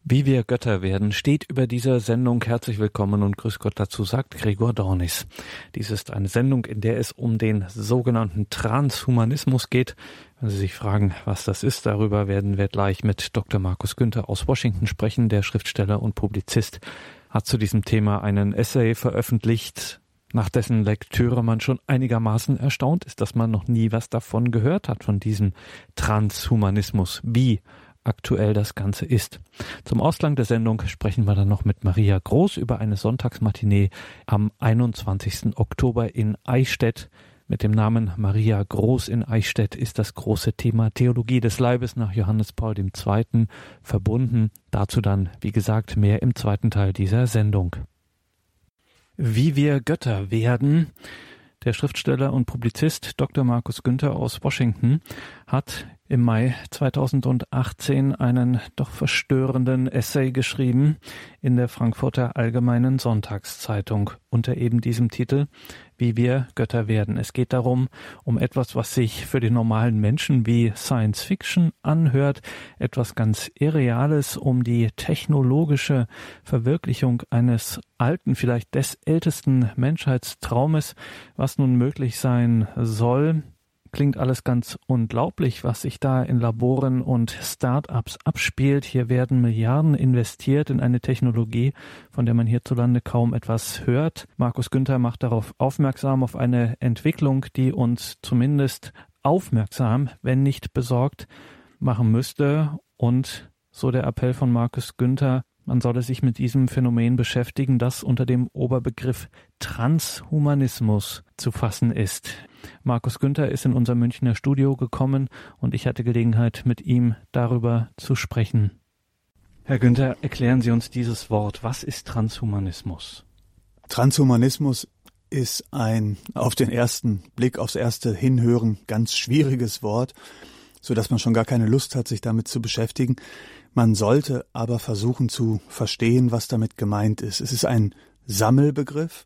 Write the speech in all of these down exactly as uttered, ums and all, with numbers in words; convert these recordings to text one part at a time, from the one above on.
Wie wir Götter werden, steht über dieser Sendung. Herzlich willkommen und grüß Gott, dazu sagt Gregor Dornis. Dies ist eine Sendung, in der es um den sogenannten Transhumanismus geht. Wenn Sie sich fragen, was das ist, darüber werden wir gleich mit Doktor Markus Günther aus Washington sprechen. Der Schriftsteller und Publizist hat zu diesem Thema einen Essay veröffentlicht, nach dessen Lektüre man schon einigermaßen erstaunt ist, dass man noch nie was davon gehört hat, von diesem Transhumanismus. Wie aktuell das Ganze ist. Zum Ausklang der Sendung sprechen wir dann noch mit Maria Groß über eine Sonntagsmatinee am einundzwanzigsten Oktober in Eichstätt. Mit dem Namen Maria Groß in Eichstätt ist das große Thema Theologie des Leibes nach Johannes Paul der Zweite verbunden. Dazu dann, wie gesagt, mehr im zweiten Teil dieser Sendung. Wie wir Götter werden. Der Schriftsteller und Publizist Doktor Markus Günther aus Washington hat im Mai zweitausendachtzehn einen doch verstörenden Essay geschrieben in der Frankfurter Allgemeinen Sonntagszeitung unter eben diesem Titel Wie wir Götter werden. Es geht darum, um etwas, was sich für den normalen Menschen wie Science Fiction anhört, etwas ganz Irreales, um die technologische Verwirklichung eines alten, vielleicht des ältesten Menschheitstraumes, was nun möglich sein soll. Klingt alles ganz unglaublich, was sich da in Laboren und Start-ups abspielt. Hier werden Milliarden investiert in eine Technologie, von der man hierzulande kaum etwas hört. Markus Günther macht darauf aufmerksam, auf eine Entwicklung, die uns zumindest aufmerksam, wenn nicht besorgt, machen müsste. Und so der Appell von Markus Günther, man solle sich mit diesem Phänomen beschäftigen, das unter dem Oberbegriff Transhumanismus zu fassen ist. Markus Günther ist in unser Münchner Studio gekommen und ich hatte Gelegenheit, mit ihm darüber zu sprechen. Herr Günther, erklären Sie uns dieses Wort. Was ist Transhumanismus? Transhumanismus ist ein auf den ersten Blick, aufs erste Hinhören ganz schwieriges Wort, sodass man schon gar keine Lust hat, sich damit zu beschäftigen. Man sollte aber versuchen zu verstehen, was damit gemeint ist. Es ist ein Sammelbegriff,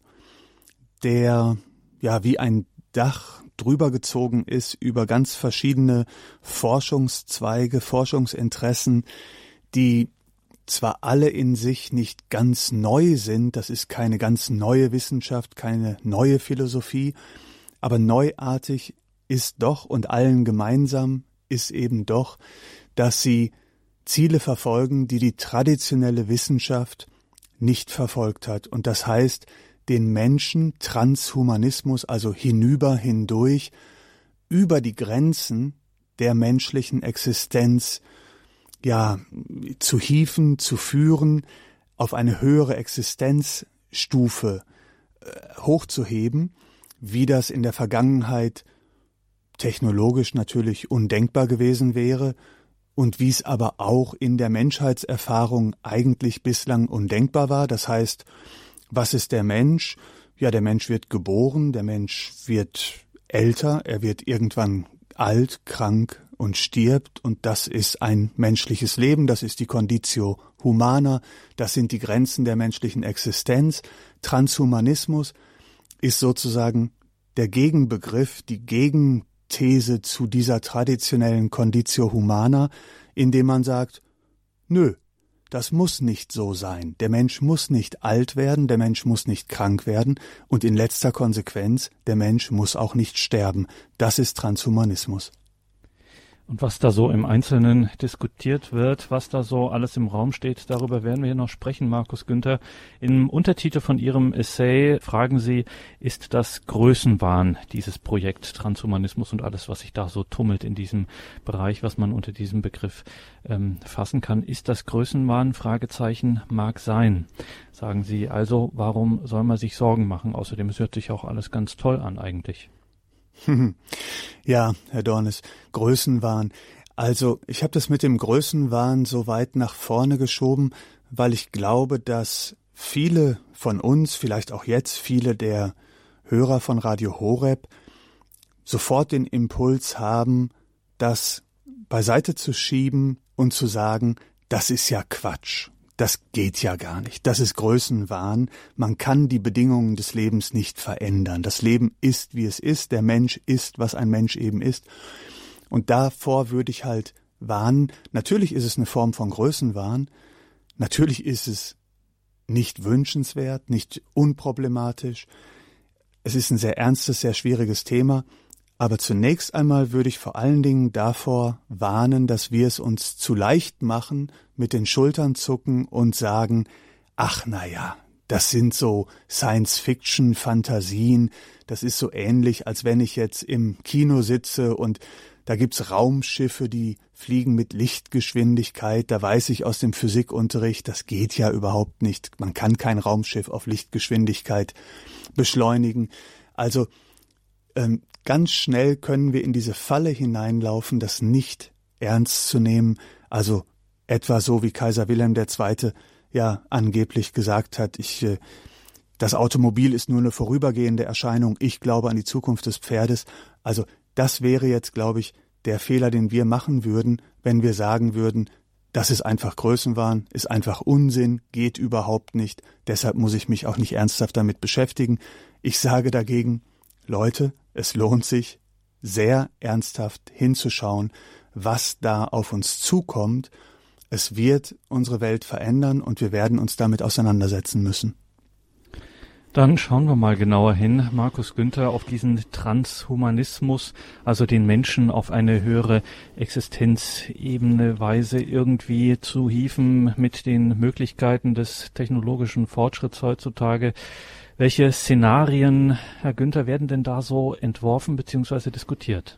der ja wie ein Dach drüber gezogen ist über ganz verschiedene Forschungszweige, Forschungsinteressen, die zwar alle in sich nicht ganz neu sind, das ist keine ganz neue Wissenschaft, keine neue Philosophie, aber neuartig ist doch und allen gemeinsam ist eben doch, dass sie Ziele verfolgen, die die traditionelle Wissenschaft nicht verfolgt hat. Und das heißt, den Menschen Transhumanismus, also hinüber, hindurch, über die Grenzen der menschlichen Existenz, ja, zu hieven, zu führen, auf eine höhere Existenzstufe äh, hochzuheben, wie das in der Vergangenheit technologisch natürlich undenkbar gewesen wäre und wie es aber auch in der Menschheitserfahrung eigentlich bislang undenkbar war. Das heißt, was ist der Mensch? Ja, der Mensch wird geboren, der Mensch wird älter, er wird irgendwann alt, krank und stirbt und das ist ein menschliches Leben, das ist die Conditio Humana, das sind die Grenzen der menschlichen Existenz. Transhumanismus ist sozusagen der Gegenbegriff, die Gegenthese zu dieser traditionellen Conditio Humana, indem man sagt, nö, das muss nicht so sein. Der Mensch muss nicht alt werden, der Mensch muss nicht krank werden und in letzter Konsequenz, der Mensch muss auch nicht sterben. Das ist Transhumanismus. Und was da so im Einzelnen diskutiert wird, was da so alles im Raum steht, darüber werden wir hier noch sprechen, Markus Günther. Im Untertitel von Ihrem Essay fragen Sie, ist das Größenwahn, dieses Projekt Transhumanismus und alles, was sich da so tummelt in diesem Bereich, was man unter diesem Begriff ähm, fassen kann, ist das Größenwahn? Fragezeichen, mag sein. Sagen Sie also, warum soll man sich Sorgen machen? Außerdem, es hört sich auch alles ganz toll an eigentlich. Ja, Herr Dornis, Größenwahn. Also ich habe das mit dem Größenwahn so weit nach vorne geschoben, weil ich glaube, dass viele von uns, vielleicht auch jetzt viele der Hörer von Radio Horeb, sofort den Impuls haben, das beiseite zu schieben und zu sagen, das ist ja Quatsch. Das geht ja gar nicht. Das ist Größenwahn. Man kann die Bedingungen des Lebens nicht verändern. Das Leben ist, wie es ist. Der Mensch ist, was ein Mensch eben ist. Und davor würde ich halt warnen. Natürlich ist es eine Form von Größenwahn. Natürlich ist es nicht wünschenswert, nicht unproblematisch. Es ist ein sehr ernstes, sehr schwieriges Thema. Aber zunächst einmal würde ich vor allen Dingen davor warnen, dass wir es uns zu leicht machen, mit den Schultern zucken und sagen, ach na ja, das sind so Science-Fiction-Fantasien, das ist so ähnlich, als wenn ich jetzt im Kino sitze und da gibt's Raumschiffe, die fliegen mit Lichtgeschwindigkeit. Da weiß ich aus dem Physikunterricht, das geht ja überhaupt nicht. Man kann kein Raumschiff auf Lichtgeschwindigkeit beschleunigen. Also ähm, ganz schnell können wir in diese Falle hineinlaufen, das nicht ernst zu nehmen. Also etwa so wie Kaiser Wilhelm der Zweite ja angeblich gesagt hat, ich äh, das Automobil ist nur eine vorübergehende Erscheinung. Ich glaube an die Zukunft des Pferdes. Also das wäre jetzt, glaube ich, der Fehler, den wir machen würden, wenn wir sagen würden, das ist einfach Größenwahn, ist einfach Unsinn, geht überhaupt nicht, deshalb muss ich mich auch nicht ernsthaft damit beschäftigen. Ich sage dagegen, Leute, es lohnt sich, sehr ernsthaft hinzuschauen, was da auf uns zukommt. Es wird unsere Welt verändern und wir werden uns damit auseinandersetzen müssen. Dann schauen wir mal genauer hin, Markus Günther, auf diesen Transhumanismus, also den Menschen auf eine höhere Existenzebene Weise irgendwie zu hieven mit den Möglichkeiten des technologischen Fortschritts heutzutage. Welche Szenarien, Herr Günther, werden denn da so entworfen bzw. diskutiert?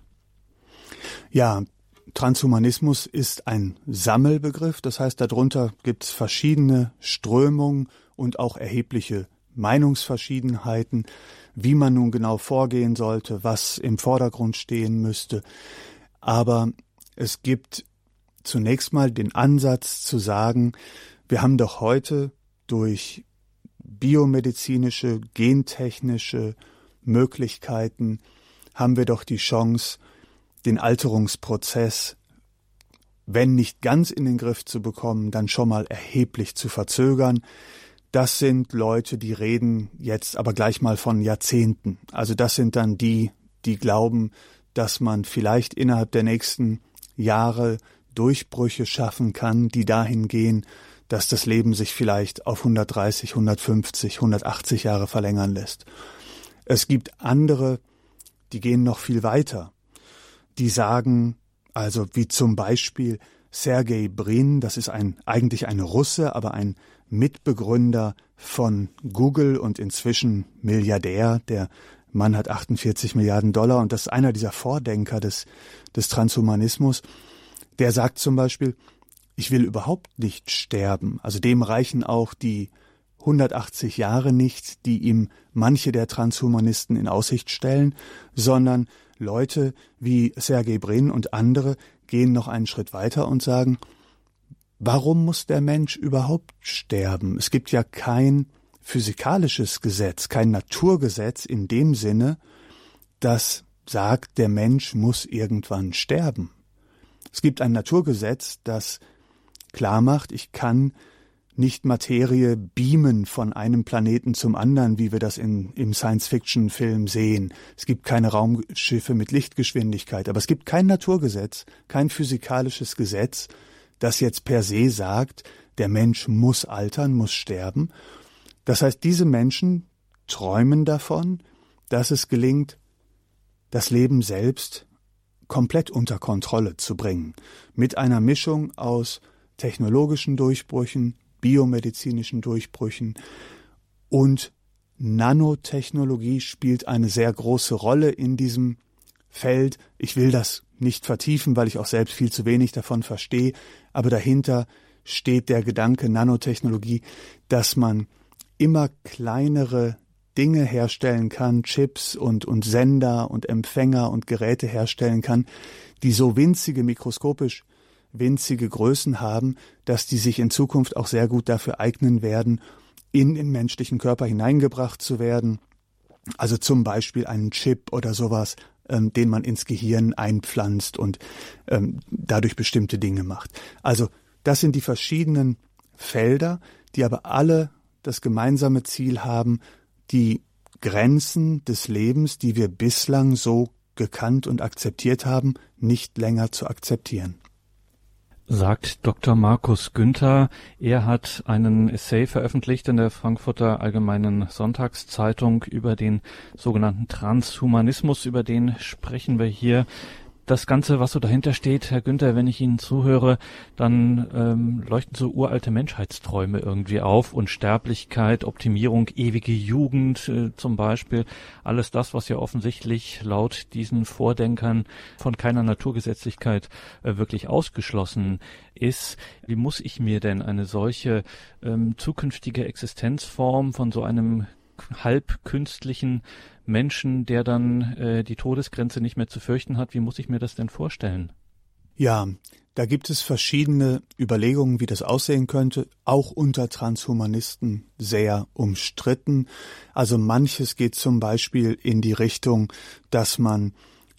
Ja, Transhumanismus ist ein Sammelbegriff, das heißt, darunter gibt es verschiedene Strömungen und auch erhebliche Meinungsverschiedenheiten, wie man nun genau vorgehen sollte, was im Vordergrund stehen müsste. Aber es gibt zunächst mal den Ansatz zu sagen, wir haben doch heute durch biomedizinische, gentechnische Möglichkeiten, haben wir doch die Chance, den Alterungsprozess, wenn nicht ganz in den Griff zu bekommen, dann schon mal erheblich zu verzögern. Das sind Leute, die reden jetzt aber gleich mal von Jahrzehnten. Also das sind dann die, die glauben, dass man vielleicht innerhalb der nächsten Jahre Durchbrüche schaffen kann, die dahin gehen, dass das Leben sich vielleicht auf hundertdreißig, hundertfünfzig, hundertachtzig Jahre verlängern lässt. Es gibt andere, die gehen noch viel weiter. Die sagen, also wie zum Beispiel Sergey Brin, das ist ein eigentlich ein Russe, aber ein Mitbegründer von Google und inzwischen Milliardär. Der Mann hat achtundvierzig Milliarden Dollar und das ist einer dieser Vordenker des, des Transhumanismus. Der sagt zum Beispiel, ich will überhaupt nicht sterben. Also dem reichen auch die hundertachtzig Jahre nicht, die ihm manche der Transhumanisten in Aussicht stellen, sondern Leute wie Sergey Brin und andere gehen noch einen Schritt weiter und sagen, warum muss der Mensch überhaupt sterben? Es gibt ja kein physikalisches Gesetz, kein Naturgesetz in dem Sinne, das sagt, der Mensch muss irgendwann sterben. Es gibt ein Naturgesetz, das klar macht, ich kann nicht Materie beamen von einem Planeten zum anderen, wie wir das in, im Science-Fiction-Film sehen. Es gibt keine Raumschiffe mit Lichtgeschwindigkeit, aber es gibt kein Naturgesetz, kein physikalisches Gesetz, das jetzt per se sagt, der Mensch muss altern, muss sterben. Das heißt, diese Menschen träumen davon, dass es gelingt, das Leben selbst komplett unter Kontrolle zu bringen. Mit einer Mischung aus technologischen Durchbrüchen, biomedizinischen Durchbrüchen und Nanotechnologie spielt eine sehr große Rolle in diesem Feld. Ich will das nicht vertiefen, weil ich auch selbst viel zu wenig davon verstehe, aber dahinter steht der Gedanke Nanotechnologie, dass man immer kleinere Dinge herstellen kann, Chips und, und Sender und Empfänger und Geräte herstellen kann, die so winzige, mikroskopisch winzige Größen haben, dass die sich in Zukunft auch sehr gut dafür eignen werden, in den menschlichen Körper hineingebracht zu werden. Also zum Beispiel einen Chip oder sowas, ähm, den man ins Gehirn einpflanzt und ähm, dadurch bestimmte Dinge macht. Also das sind die verschiedenen Felder, die aber alle das gemeinsame Ziel haben, die Grenzen des Lebens, die wir bislang so gekannt und akzeptiert haben, nicht länger zu akzeptieren. sagt Doktor Markus Günther. Er hat einen Essay veröffentlicht in der Frankfurter Allgemeinen Sonntagszeitung über den sogenannten Transhumanismus. Über den sprechen wir hier. Das Ganze, was so dahinter steht, Herr Günther, wenn ich Ihnen zuhöre, dann ähm, leuchten so uralte Menschheitsträume irgendwie auf. Unsterblichkeit, Optimierung, ewige Jugend äh, zum Beispiel. Alles das, was ja offensichtlich laut diesen Vordenkern von keiner Naturgesetzlichkeit äh, wirklich ausgeschlossen ist. Wie muss ich mir denn eine solche ähm, zukünftige Existenzform von so einem halb künstlichen Menschen, der dann äh, die Todesgrenze nicht mehr zu fürchten hat, wie muss ich mir das denn vorstellen? Ja, da gibt es verschiedene Überlegungen, wie das aussehen könnte, auch unter Transhumanisten sehr umstritten. Also manches geht zum Beispiel in die Richtung, dass man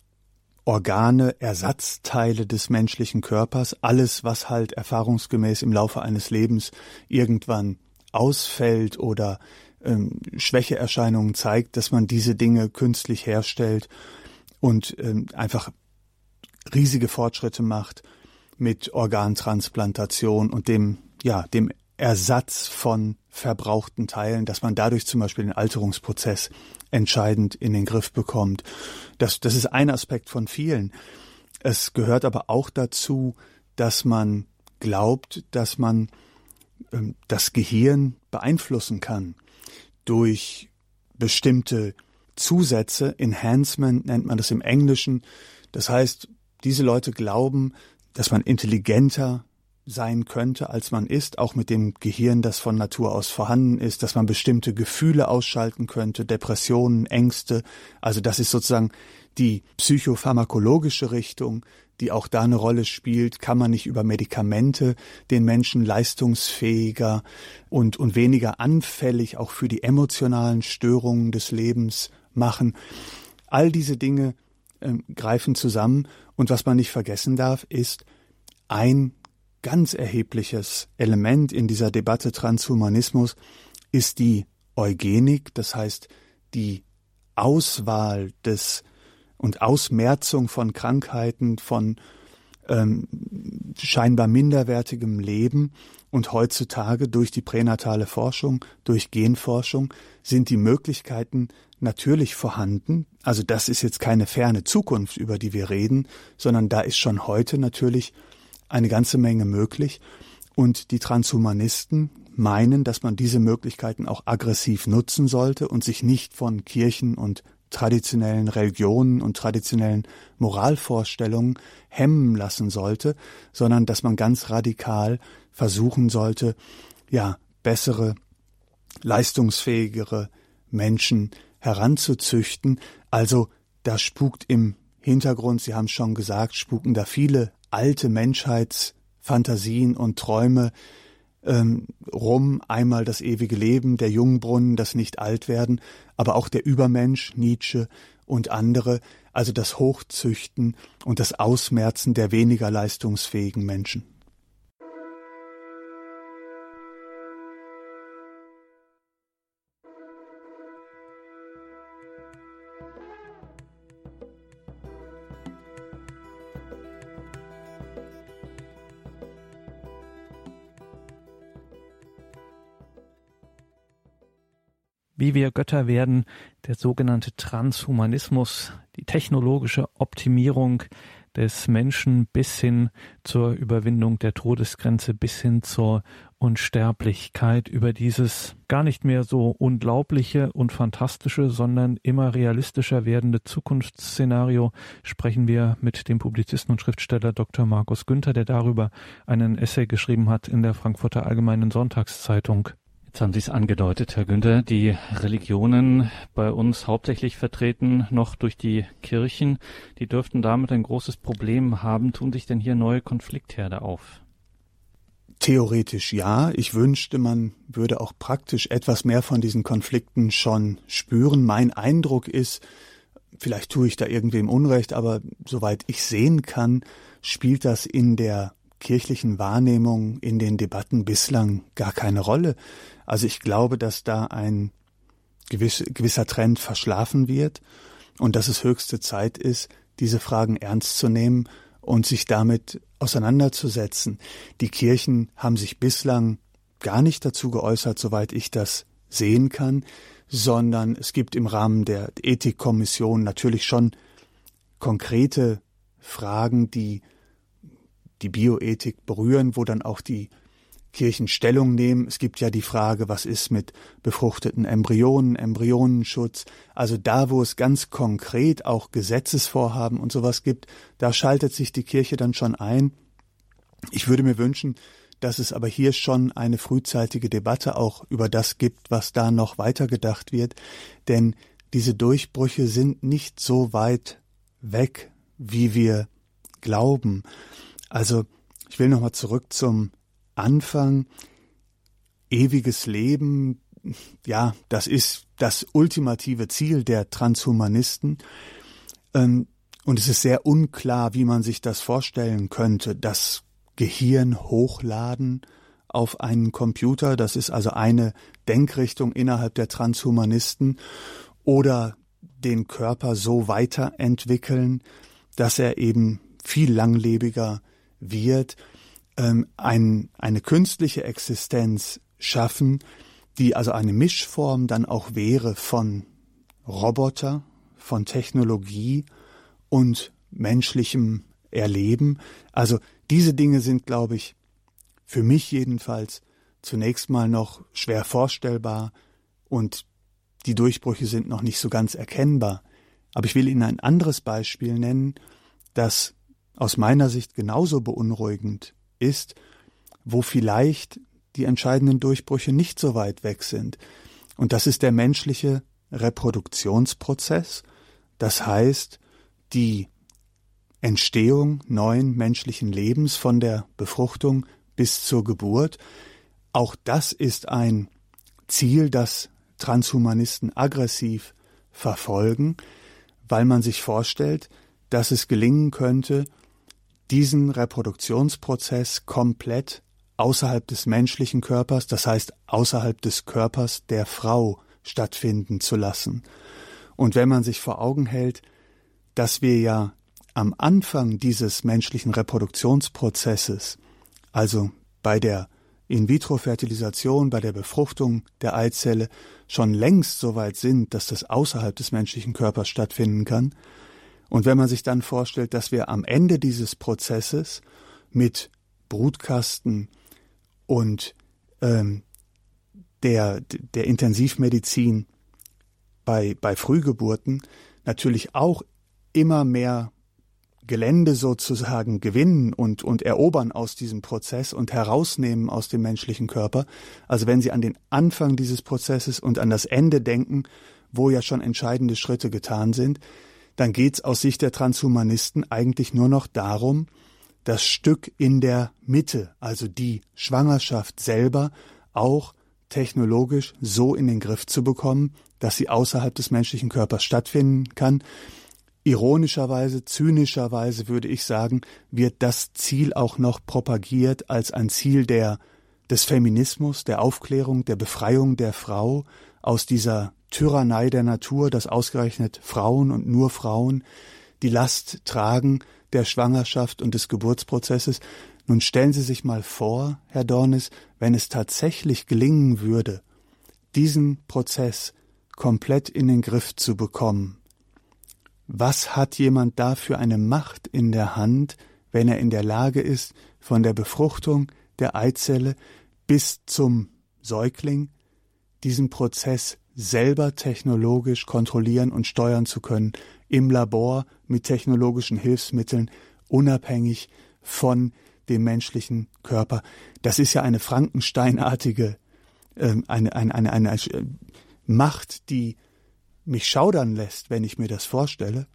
Organe, Ersatzteile des menschlichen Körpers, alles, was halt erfahrungsgemäß im Laufe eines Lebens irgendwann ausfällt oder ähm, Schwächeerscheinungen zeigt, dass man diese Dinge künstlich herstellt und ähm, einfach riesige Fortschritte macht mit Organtransplantation und dem, ja, dem Ersatz von verbrauchten Teilen, dass man dadurch zum Beispiel den Alterungsprozess entscheidend in den Griff bekommt. Das, das ist ein Aspekt von vielen. Es gehört aber auch dazu, dass man glaubt, dass man ähm, das Gehirn beeinflussen kann durch bestimmte Zusätze. Enhancement nennt man das im Englischen. Das heißt, diese Leute glauben, dass man intelligenter sein könnte, als man ist, auch mit dem Gehirn, das von Natur aus vorhanden ist, dass man bestimmte Gefühle ausschalten könnte, Depressionen, Ängste. Also das ist sozusagen die psychopharmakologische Richtung, die auch da eine Rolle spielt. Kann man nicht über Medikamente den Menschen leistungsfähiger und, und weniger anfällig auch für die emotionalen Störungen des Lebens machen? All diese Dinge äh, greifen zusammen. Und was man nicht vergessen darf, ist ein ganz erhebliches Element in dieser Debatte Transhumanismus ist die Eugenik, das heißt die Auswahl des und Ausmerzung von Krankheiten, von ähm, scheinbar minderwertigem Leben. Und heutzutage durch die pränatale Forschung, durch Genforschung sind die Möglichkeiten natürlich vorhanden. Also das ist jetzt keine ferne Zukunft, über die wir reden, sondern da ist schon heute natürlich eine ganze Menge möglich. Und die Transhumanisten meinen, dass man diese Möglichkeiten auch aggressiv nutzen sollte und sich nicht von Kirchen und traditionellen Religionen und traditionellen Moralvorstellungen hemmen lassen sollte, sondern dass man ganz radikal versuchen sollte, ja, bessere, leistungsfähigere Menschen heranzuzüchten. Also da spukt im Hintergrund, Sie haben es schon gesagt, spuken da viele alte Menschheitsfantasien und Träume ähm, rum. Einmal das ewige Leben, der Jungbrunnen, das Nicht-Alt-Werden, aber auch der Übermensch, Nietzsche und andere, also das Hochzüchten und das Ausmerzen der weniger leistungsfähigen Menschen. Wie wir Götter werden, der sogenannte Transhumanismus, die technologische Optimierung des Menschen bis hin zur Überwindung der Todesgrenze, bis hin zur Unsterblichkeit, über dieses gar nicht mehr so unglaubliche und fantastische, sondern immer realistischer werdende Zukunftsszenario sprechen wir mit dem Publizisten und Schriftsteller Doktor Markus Günther, der darüber einen Essay geschrieben hat in der Frankfurter Allgemeinen Sonntagszeitung. Jetzt haben Sie es angedeutet, Herr Günther, die Religionen bei uns hauptsächlich vertreten noch durch die Kirchen, die dürften damit ein großes Problem haben. Tun sich denn hier neue Konfliktherde auf? Theoretisch ja. Ich wünschte, man würde auch praktisch etwas mehr von diesen Konflikten schon spüren. Mein Eindruck ist, vielleicht tue ich da irgendwem Unrecht, aber soweit ich sehen kann, spielt das in der kirchlichen Wahrnehmung, in den Debatten bislang gar keine Rolle. Also ich glaube, dass da ein gewiss, gewisser Trend verschlafen wird und dass es höchste Zeit ist, diese Fragen ernst zu nehmen und sich damit auseinanderzusetzen. Die Kirchen haben sich bislang gar nicht dazu geäußert, soweit ich das sehen kann, sondern es gibt im Rahmen der Ethikkommission natürlich schon konkrete Fragen, die die Bioethik berühren, wo dann auch die Kirchen Stellung nehmen. Es gibt ja die Frage, was ist mit befruchteten Embryonen, Embryonenschutz. Also da, wo es ganz konkret auch Gesetzesvorhaben und sowas gibt, da schaltet sich die Kirche dann schon ein. Ich würde mir wünschen, dass es aber hier schon eine frühzeitige Debatte auch über das gibt, was da noch weitergedacht wird. Denn diese Durchbrüche sind nicht so weit weg, wie wir glauben. Also ich will nochmal zurück zum Anfang. Ewiges Leben, ja, das ist das ultimative Ziel der Transhumanisten. Und es ist sehr unklar, wie man sich das vorstellen könnte. Das Gehirn hochladen auf einen Computer, das ist also eine Denkrichtung innerhalb der Transhumanisten, oder den Körper so weiterentwickeln, dass er eben viel langlebiger wird, ähm, ein, eine künstliche Existenz schaffen, die also eine Mischform dann auch wäre von Roboter, von Technologie und menschlichem Erleben. Also diese Dinge sind, glaube ich, für mich jedenfalls zunächst mal noch schwer vorstellbar und die Durchbrüche sind noch nicht so ganz erkennbar. Aber ich will Ihnen ein anderes Beispiel nennen, das aus meiner Sicht genauso beunruhigend ist, wo vielleicht die entscheidenden Durchbrüche nicht so weit weg sind. Und das ist der menschliche Reproduktionsprozess. Das heißt, die Entstehung neuen menschlichen Lebens von der Befruchtung bis zur Geburt. Auch das ist ein Ziel, das Transhumanisten aggressiv verfolgen, weil man sich vorstellt, dass es gelingen könnte, diesen Reproduktionsprozess komplett außerhalb des menschlichen Körpers, das heißt außerhalb des Körpers der Frau stattfinden zu lassen. Und wenn man sich vor Augen hält, dass wir ja am Anfang dieses menschlichen Reproduktionsprozesses, also bei der In-vitro-Fertilisation, bei der Befruchtung der Eizelle, schon längst so weit sind, dass das außerhalb des menschlichen Körpers stattfinden kann. Und wenn man sich dann vorstellt, dass wir am Ende dieses Prozesses mit Brutkasten und ähm, der, der Intensivmedizin bei, bei Frühgeburten natürlich auch immer mehr Gelände sozusagen gewinnen und, und erobern aus diesem Prozess und herausnehmen aus dem menschlichen Körper. Also wenn Sie an den Anfang dieses Prozesses und an das Ende denken, wo ja schon entscheidende Schritte getan sind, dann geht es aus Sicht der Transhumanisten eigentlich nur noch darum, das Stück in der Mitte, also die Schwangerschaft selber, auch technologisch so in den Griff zu bekommen, dass sie außerhalb des menschlichen Körpers stattfinden kann. Ironischerweise, zynischerweise würde ich sagen, wird das Ziel auch noch propagiert als ein Ziel der, des Feminismus, der Aufklärung, der Befreiung der Frau aus dieser Tyrannei der Natur, dass ausgerechnet Frauen und nur Frauen die Last tragen der Schwangerschaft und des Geburtsprozesses. Nun stellen Sie sich mal vor, Herr Dornis, wenn es tatsächlich gelingen würde, diesen Prozess komplett in den Griff zu bekommen. Was hat jemand da für eine Macht in der Hand, wenn er in der Lage ist, von der Befruchtung der Eizelle bis zum Säugling diesen Prozess selber technologisch kontrollieren und steuern zu können, im Labor mit technologischen Hilfsmitteln, unabhängig von dem menschlichen Körper. Das ist ja eine Frankensteinartige äh, eine, eine, eine, eine Macht, die mich schaudern lässt, wenn ich mir das vorstelle.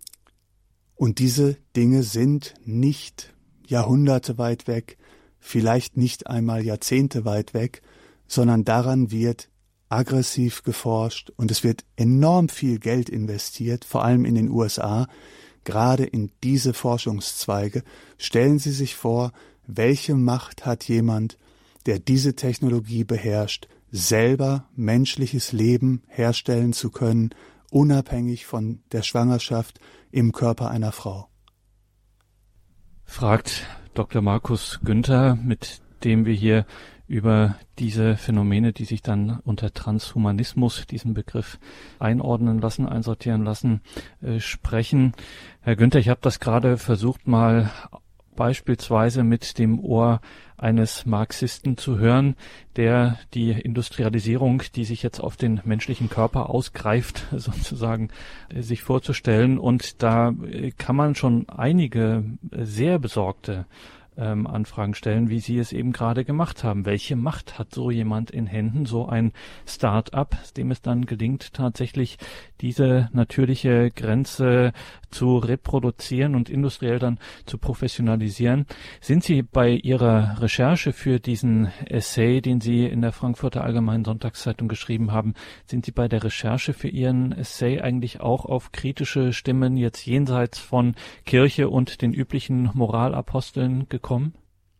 Und diese Dinge sind nicht Jahrhunderte weit weg, vielleicht nicht einmal Jahrzehnte weit weg, sondern daran wird aggressiv geforscht und es wird enorm viel Geld investiert, vor allem in den U S A, gerade in diese Forschungszweige. Stellen Sie sich vor, welche Macht hat jemand, der diese Technologie beherrscht, selber menschliches Leben herstellen zu können, unabhängig von der Schwangerschaft im Körper einer Frau. fragt Doktor Markus Günther, mit dem wir hier über diese Phänomene, die sich dann unter Transhumanismus, diesen Begriff einordnen lassen, einsortieren lassen, äh, sprechen. Herr Günther, ich habe das gerade versucht, mal beispielsweise mit dem Ohr eines Marxisten zu hören, der die Industrialisierung, die sich jetzt auf den menschlichen Körper ausgreift, sozusagen sich vorzustellen. Und da kann man schon einige sehr besorgte ähm, Anfragen stellen, wie Sie es eben gerade gemacht haben. Welche Macht hat so jemand in Händen, so ein Start-up, dem es dann gelingt, tatsächlich diese natürliche Grenze zu reproduzieren und industriell dann zu professionalisieren? Sind Sie bei Ihrer Recherche für diesen Essay, den Sie in der Frankfurter Allgemeinen Sonntagszeitung geschrieben haben, sind Sie bei der Recherche für Ihren Essay eigentlich auch auf kritische Stimmen jetzt jenseits von Kirche und den üblichen Moralaposteln gekommen?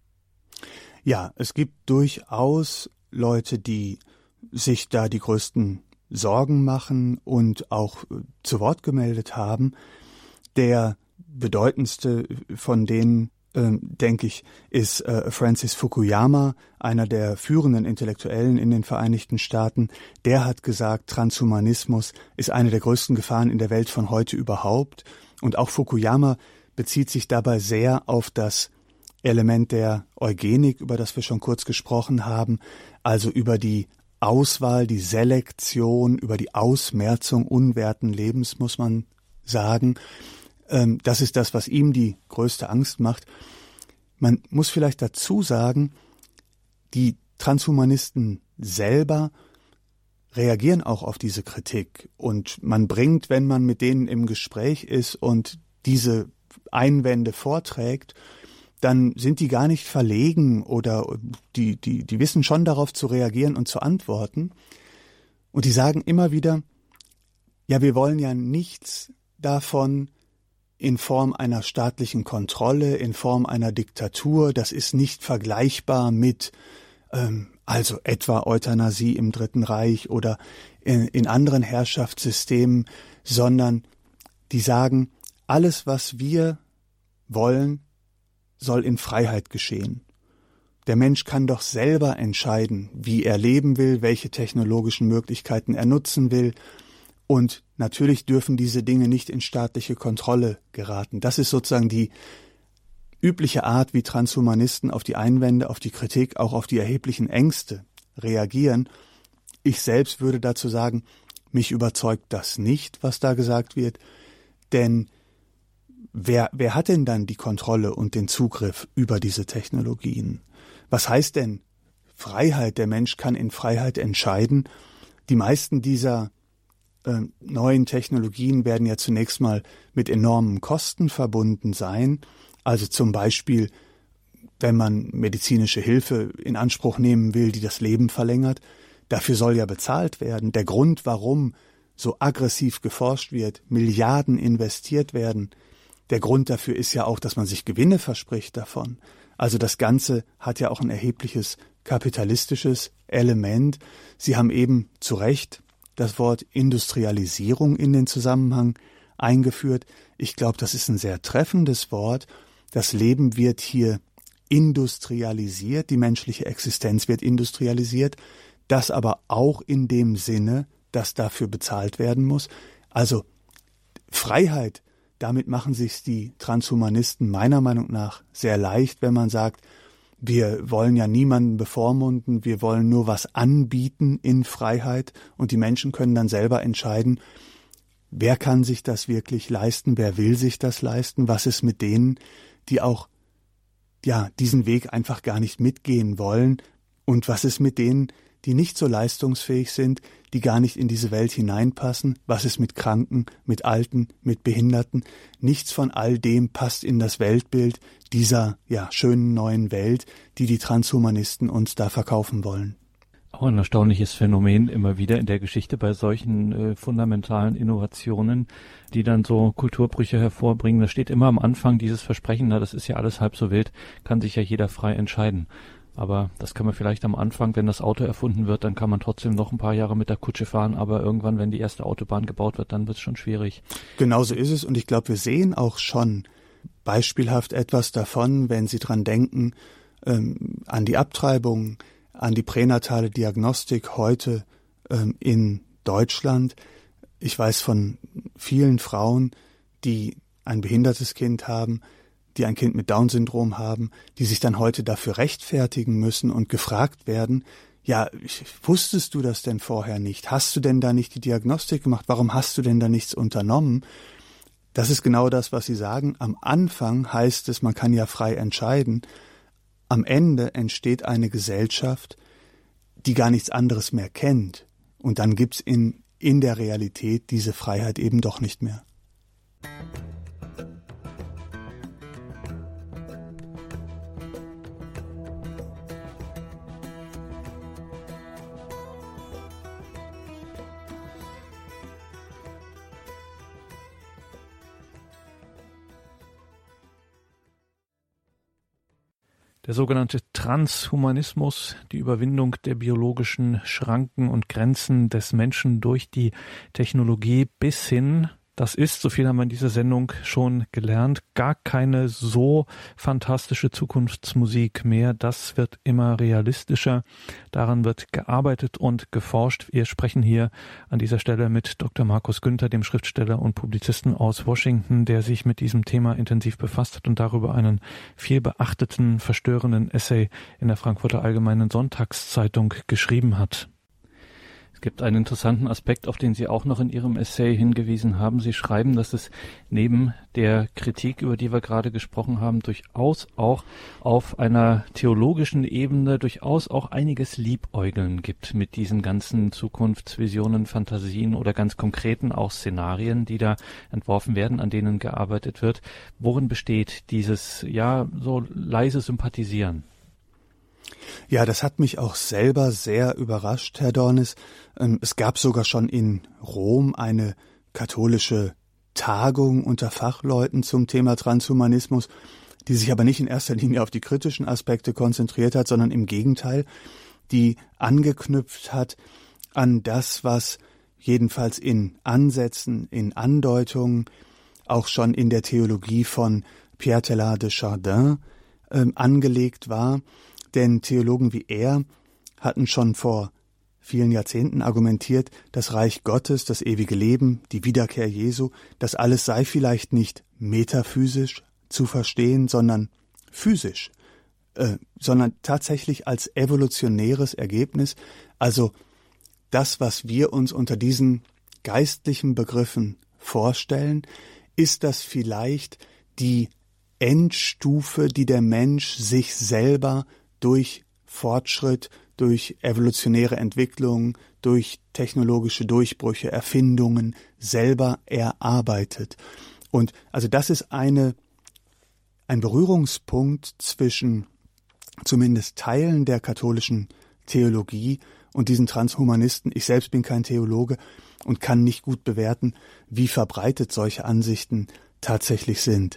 Ja, es gibt durchaus Leute, die sich da die größten Sorgen machen und auch zu Wort gemeldet haben. Der bedeutendste von denen, äh, denke ich, ist äh, Francis Fukuyama, einer der führenden Intellektuellen in den Vereinigten Staaten. Der hat gesagt, Transhumanismus ist eine der größten Gefahren in der Welt von heute überhaupt. Und auch Fukuyama bezieht sich dabei sehr auf das Element der Eugenik, über das wir schon kurz gesprochen haben, also über die Auswahl, die Selektion, über die Ausmerzung unwerten Lebens, muss man sagen. Das ist das, was ihm die größte Angst macht. Man muss vielleicht dazu sagen, die Transhumanisten selber reagieren auch auf diese Kritik. Und man bringt, wenn man mit denen im Gespräch ist und diese Einwände vorträgt, dann sind die gar nicht verlegen oder die, die, die wissen schon darauf zu reagieren und zu antworten. Und die sagen immer wieder, ja, wir wollen ja nichts davon in Form einer staatlichen Kontrolle, in Form einer Diktatur. Das ist nicht vergleichbar mit, ähm, also etwa Euthanasie im Dritten Reich oder in, in anderen Herrschaftssystemen, sondern die sagen, alles, was wir wollen, soll in Freiheit geschehen. Der Mensch kann doch selber entscheiden, wie er leben will, welche technologischen Möglichkeiten er nutzen will. Und natürlich dürfen diese Dinge nicht in staatliche Kontrolle geraten. Das ist sozusagen die übliche Art, wie Transhumanisten auf die Einwände, auf die Kritik, auch auf die erheblichen Ängste reagieren. Ich selbst würde dazu sagen, mich überzeugt das nicht, was da gesagt wird, denn Wer, wer hat denn dann die Kontrolle und den Zugriff über diese Technologien? Was heißt denn Freiheit? Der Mensch kann in Freiheit entscheiden. Die meisten dieser äh, neuen Technologien werden ja zunächst mal mit enormen Kosten verbunden sein. Also zum Beispiel, wenn man medizinische Hilfe in Anspruch nehmen will, die das Leben verlängert, dafür soll ja bezahlt werden. Der Grund, warum so aggressiv geforscht wird, Milliarden investiert werden, der Grund dafür ist ja auch, dass man sich Gewinne verspricht davon. Also das Ganze hat ja auch ein erhebliches kapitalistisches Element. Sie haben eben zu Recht das Wort Industrialisierung in den Zusammenhang eingeführt. Ich glaube, das ist ein sehr treffendes Wort. Das Leben wird hier industrialisiert, die menschliche Existenz wird industrialisiert, das aber auch in dem Sinne, dass dafür bezahlt werden muss. Also Freiheit, damit machen sich die Transhumanisten meiner Meinung nach sehr leicht, wenn man sagt, wir wollen ja niemanden bevormunden, wir wollen nur was anbieten in Freiheit und die Menschen können dann selber entscheiden, wer kann sich das wirklich leisten, wer will sich das leisten, was ist mit denen, die auch ja diesen Weg einfach gar nicht mitgehen wollen und was ist mit denen, die nicht so leistungsfähig sind, die gar nicht in diese Welt hineinpassen. Was ist mit Kranken, mit Alten, mit Behinderten? Nichts von all dem passt in das Weltbild dieser ja schönen neuen Welt, die die Transhumanisten uns da verkaufen wollen. Auch ein erstaunliches Phänomen immer wieder in der Geschichte bei solchen äh, fundamentalen Innovationen, die dann so Kulturbrüche hervorbringen. Da steht immer am Anfang dieses Versprechen, na, das ist ja alles halb so wild, kann sich ja jeder frei entscheiden. Aber das kann man vielleicht am Anfang, wenn das Auto erfunden wird, dann kann man trotzdem noch ein paar Jahre mit der Kutsche fahren. Aber irgendwann, wenn die erste Autobahn gebaut wird, dann wird es schon schwierig. Genauso ist es. Und ich glaube, wir sehen auch schon beispielhaft etwas davon, wenn Sie dran denken, ähm, an die Abtreibung, an die pränatale Diagnostik heute ähm, in Deutschland. Ich weiß von vielen Frauen, die ein behindertes Kind haben, die ein Kind mit Down-Syndrom haben, die sich dann heute dafür rechtfertigen müssen und gefragt werden, ja, wusstest du das denn vorher nicht? Hast du denn da nicht die Diagnostik gemacht? Warum hast du denn da nichts unternommen? Das ist genau das, was Sie sagen. Am Anfang heißt es, man kann ja frei entscheiden. Am Ende entsteht eine Gesellschaft, die gar nichts anderes mehr kennt. Und dann gibt's in, in der Realität diese Freiheit eben doch nicht mehr. Der sogenannte Transhumanismus, die Überwindung der biologischen Schranken und Grenzen des Menschen durch die Technologie bis hin, das ist, so viel haben wir in dieser Sendung schon gelernt, gar keine so fantastische Zukunftsmusik mehr. Das wird immer realistischer. Daran wird gearbeitet und geforscht. Wir sprechen hier an dieser Stelle mit Doktor Markus Günther, dem Schriftsteller und Publizisten aus Washington, der sich mit diesem Thema intensiv befasst hat und darüber einen viel beachteten, verstörenden Essay in der Frankfurter Allgemeinen Sonntagszeitung geschrieben hat. Es gibt einen interessanten Aspekt, auf den Sie auch noch in Ihrem Essay hingewiesen haben. Sie schreiben, dass es neben der Kritik, über die wir gerade gesprochen haben, durchaus auch auf einer theologischen Ebene durchaus auch einiges Liebäugeln gibt mit diesen ganzen Zukunftsvisionen, Fantasien oder ganz konkreten auch Szenarien, die da entworfen werden, an denen gearbeitet wird. Worin besteht dieses, ja, so leise Sympathisieren? Ja, das hat mich auch selber sehr überrascht, Herr Dornis. Es gab sogar schon in Rom eine katholische Tagung unter Fachleuten zum Thema Transhumanismus, die sich aber nicht in erster Linie auf die kritischen Aspekte konzentriert hat, sondern im Gegenteil, die angeknüpft hat an das, was jedenfalls in Ansätzen, in Andeutungen, auch schon in der Theologie von Pierre Teilhard de Chardin äh, angelegt war. Denn Theologen wie er hatten schon vor vielen Jahrzehnten argumentiert, das Reich Gottes, das ewige Leben, die Wiederkehr Jesu, das alles sei vielleicht nicht metaphysisch zu verstehen, sondern physisch, äh, sondern tatsächlich als evolutionäres Ergebnis. Also das, was wir uns unter diesen geistlichen Begriffen vorstellen, ist das vielleicht die Endstufe, die der Mensch sich selber durch Fortschritt, durch evolutionäre Entwicklung, durch technologische Durchbrüche, Erfindungen selber erarbeitet. Und also das ist eine, ein Berührungspunkt zwischen zumindest Teilen der katholischen Theologie und diesen Transhumanisten. Ich selbst bin kein Theologe und kann nicht gut bewerten, wie verbreitet solche Ansichten tatsächlich sind.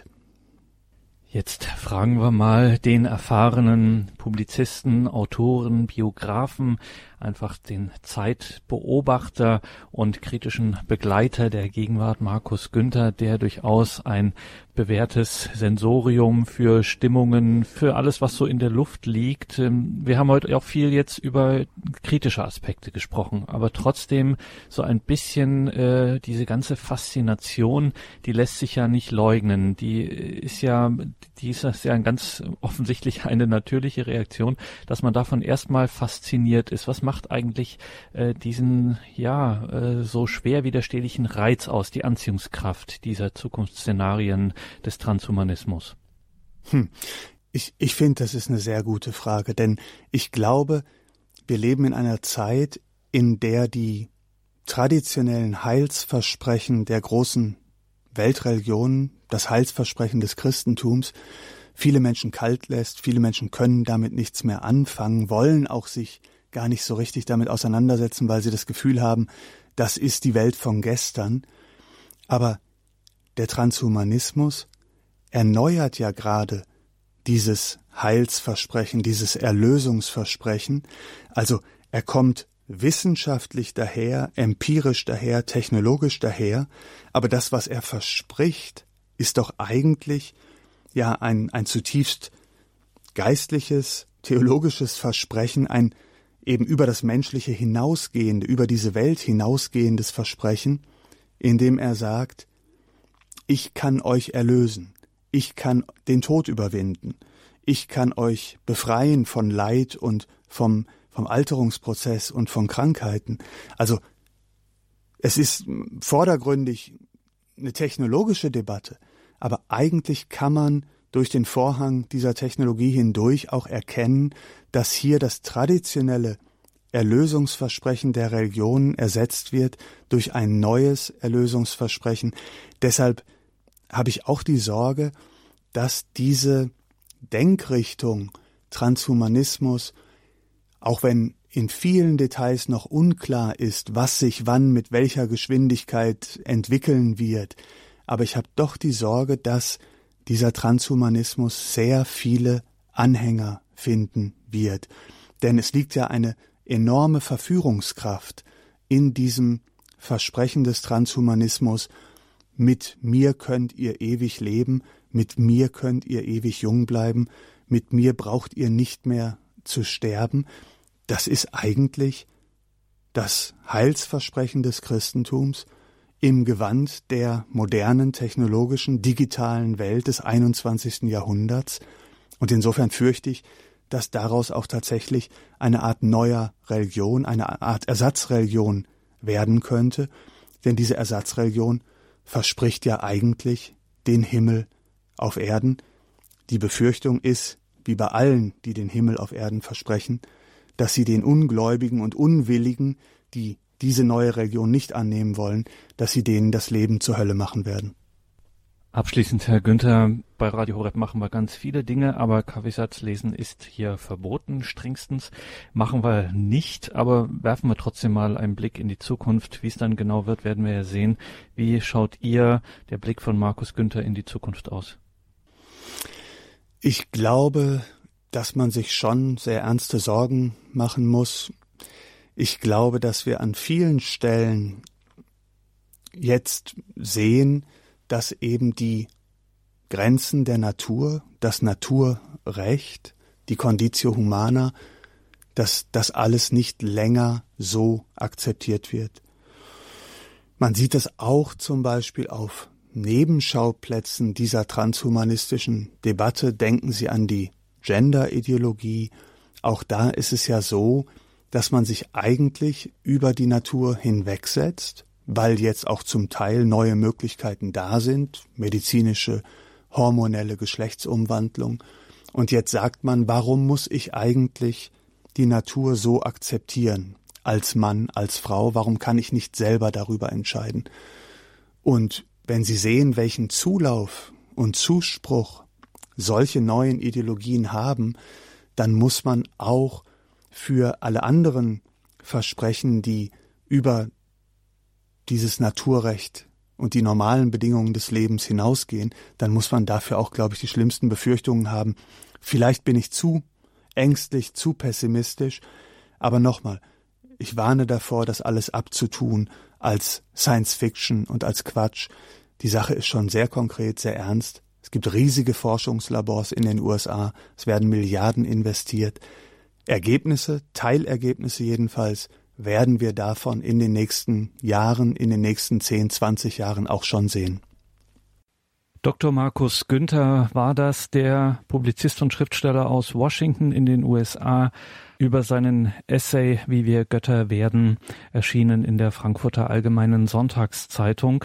Jetzt fragen wir mal den erfahrenen Publizisten, Autoren, Biografen, einfach den Zeitbeobachter und kritischen Begleiter der Gegenwart, Markus Günther, der durchaus ein bewährtes Sensorium für Stimmungen, für alles, was so in der Luft liegt. Wir haben heute auch viel jetzt über kritische Aspekte gesprochen, aber trotzdem so ein bisschen äh, diese ganze Faszination, die lässt sich ja nicht leugnen. Die ist ja, die ist ja ganz offensichtlich eine natürliche Reaktion, dass man davon erstmal fasziniert ist. Was macht eigentlich äh, diesen, ja, äh, so schwer widerstehlichen Reiz aus, die Anziehungskraft dieser Zukunftsszenarien des Transhumanismus? Hm. Ich, ich finde, das ist eine sehr gute Frage, denn ich glaube, wir leben in einer Zeit, in der die traditionellen Heilsversprechen der großen Weltreligionen, das Heilsversprechen des Christentums, viele Menschen kalt lässt, viele Menschen können damit nichts mehr anfangen, wollen auch sich gar nicht so richtig damit auseinandersetzen, weil sie das Gefühl haben, das ist die Welt von gestern. Aber der Transhumanismus erneuert ja gerade dieses Heilsversprechen, dieses Erlösungsversprechen. Also er kommt wissenschaftlich daher, empirisch daher, technologisch daher, aber das, was er verspricht, ist doch eigentlich ja ein, ein zutiefst geistliches, theologisches Versprechen, ein eben über das Menschliche hinausgehende, über diese Welt hinausgehendes Versprechen, in dem er sagt, ich kann euch erlösen, ich kann den Tod überwinden, ich kann euch befreien von Leid und vom, vom Alterungsprozess und von Krankheiten. Also es ist vordergründig eine technologische Debatte, aber eigentlich kann man durch den Vorhang dieser Technologie hindurch auch erkennen, dass hier das traditionelle Erlösungsversprechen der Religionen ersetzt wird durch ein neues Erlösungsversprechen. Deshalb habe ich auch die Sorge, dass diese Denkrichtung Transhumanismus, auch wenn in vielen Details noch unklar ist, was sich wann mit welcher Geschwindigkeit entwickeln wird, aber ich habe doch die Sorge, dass dieser Transhumanismus sehr viele Anhänger finden wird. Denn es liegt ja eine enorme Verführungskraft in diesem Versprechen des Transhumanismus. Mit mir könnt ihr ewig leben, mit mir könnt ihr ewig jung bleiben, mit mir braucht ihr nicht mehr zu sterben. Das ist eigentlich das Heilsversprechen des Christentums im Gewand der modernen, technologischen, digitalen Welt des einundzwanzigsten Jahrhunderts. Und insofern fürchte ich, dass daraus auch tatsächlich eine Art neuer Religion, eine Art Ersatzreligion werden könnte. Denn diese Ersatzreligion verspricht ja eigentlich den Himmel auf Erden. Die Befürchtung ist, wie bei allen, die den Himmel auf Erden versprechen, dass sie den Ungläubigen und Unwilligen, die diese neue Religion nicht annehmen wollen, dass sie denen das Leben zur Hölle machen werden. Abschließend, Herr Günther, bei Radio Horeb machen wir ganz viele Dinge, aber Kaffeesatzlesen ist hier verboten, strengstens. Machen wir nicht, aber werfen wir trotzdem mal einen Blick in die Zukunft. Wie es dann genau wird, werden wir ja sehen. Wie schaut ihr, der Blick von Markus Günther, in die Zukunft aus? Ich glaube, dass man sich schon sehr ernste Sorgen machen muss. Ich glaube, dass wir an vielen Stellen jetzt sehen, dass eben die Grenzen der Natur, das Naturrecht, die Conditio Humana, dass das alles nicht länger so akzeptiert wird. Man sieht das auch zum Beispiel auf Nebenschauplätzen dieser transhumanistischen Debatte. Denken Sie an die Gender-Ideologie. Auch da ist es ja so, dass man sich eigentlich über die Natur hinwegsetzt, weil jetzt auch zum Teil neue Möglichkeiten da sind, medizinische, hormonelle Geschlechtsumwandlung. Und jetzt sagt man, warum muss ich eigentlich die Natur so akzeptieren, als Mann, als Frau? Warum kann ich nicht selber darüber entscheiden? Und wenn Sie sehen, welchen Zulauf und Zuspruch solche neuen Ideologien haben, dann muss man auch für alle anderen Versprechen, die über dieses Naturrecht und die normalen Bedingungen des Lebens hinausgehen, dann muss man dafür auch, glaube ich, die schlimmsten Befürchtungen haben. Vielleicht bin ich zu ängstlich, zu pessimistisch, aber nochmal, ich warne davor, das alles abzutun als Science Fiction und als Quatsch. Die Sache ist schon sehr konkret, sehr ernst. Es gibt riesige Forschungslabors in den U S A, es werden Milliarden investiert. Ergebnisse, Teilergebnisse jedenfalls, werden wir davon in den nächsten Jahren, in den nächsten zehn, zwanzig Jahren auch schon sehen. Doktor Markus Günther war das, der Publizist und Schriftsteller aus Washington in den U S A, über seinen Essay »Wie wir Götter werden«, erschienen in der Frankfurter Allgemeinen Sonntagszeitung.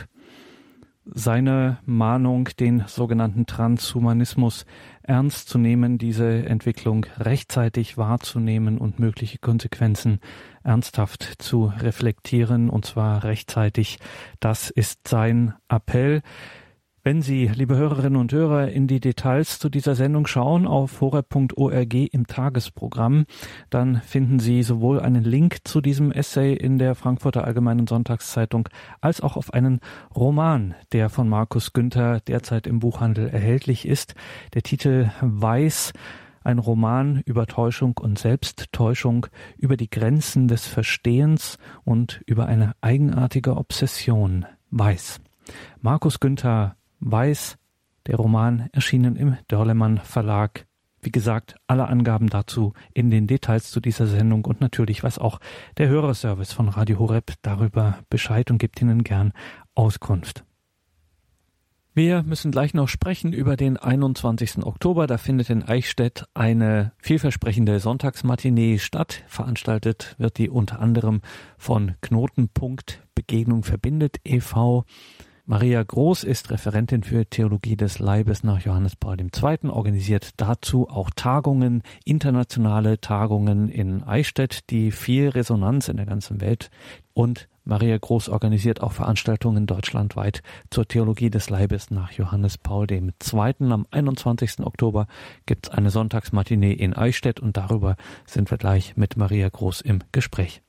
Seine Mahnung, den sogenannten Transhumanismus ernst zu nehmen, diese Entwicklung rechtzeitig wahrzunehmen und mögliche Konsequenzen ernsthaft zu reflektieren, und zwar rechtzeitig, das ist sein Appell. Wenn Sie, liebe Hörerinnen und Hörer, in die Details zu dieser Sendung schauen auf horeb punkt org im Tagesprogramm, dann finden Sie sowohl einen Link zu diesem Essay in der Frankfurter Allgemeinen Sonntagszeitung als auch auf einen Roman, der von Markus Günther derzeit im Buchhandel erhältlich ist. Der Titel Weiß, ein Roman über Täuschung und Selbsttäuschung, über die Grenzen des Verstehens und über eine eigenartige Obsession. Weiß. Markus Günther, Weiß, Der Roman erschienen im Dörlemann Verlag. Wie gesagt, alle Angaben dazu in den Details zu dieser Sendung und natürlich weiß auch der Hörerservice von Radio Horeb darüber Bescheid und gibt Ihnen gern Auskunft. Wir müssen gleich noch sprechen über den einundzwanzigsten Oktober. Da findet in Eichstätt eine vielversprechende Sonntagsmatinee statt. Veranstaltet wird die unter anderem von Knotenpunkt Begegnung verbindet e V Maria Groß ist Referentin für Theologie des Leibes nach Johannes Paul der Zweite., organisiert dazu auch Tagungen, internationale Tagungen in Eichstätt, die viel Resonanz in der ganzen Welt, und Maria Groß organisiert auch Veranstaltungen deutschlandweit zur Theologie des Leibes nach Johannes Paul der Zweite. Am einundzwanzigsten Oktober gibt es eine Sonntagsmatinee in Eichstätt und darüber sind wir gleich mit Maria Groß im Gespräch.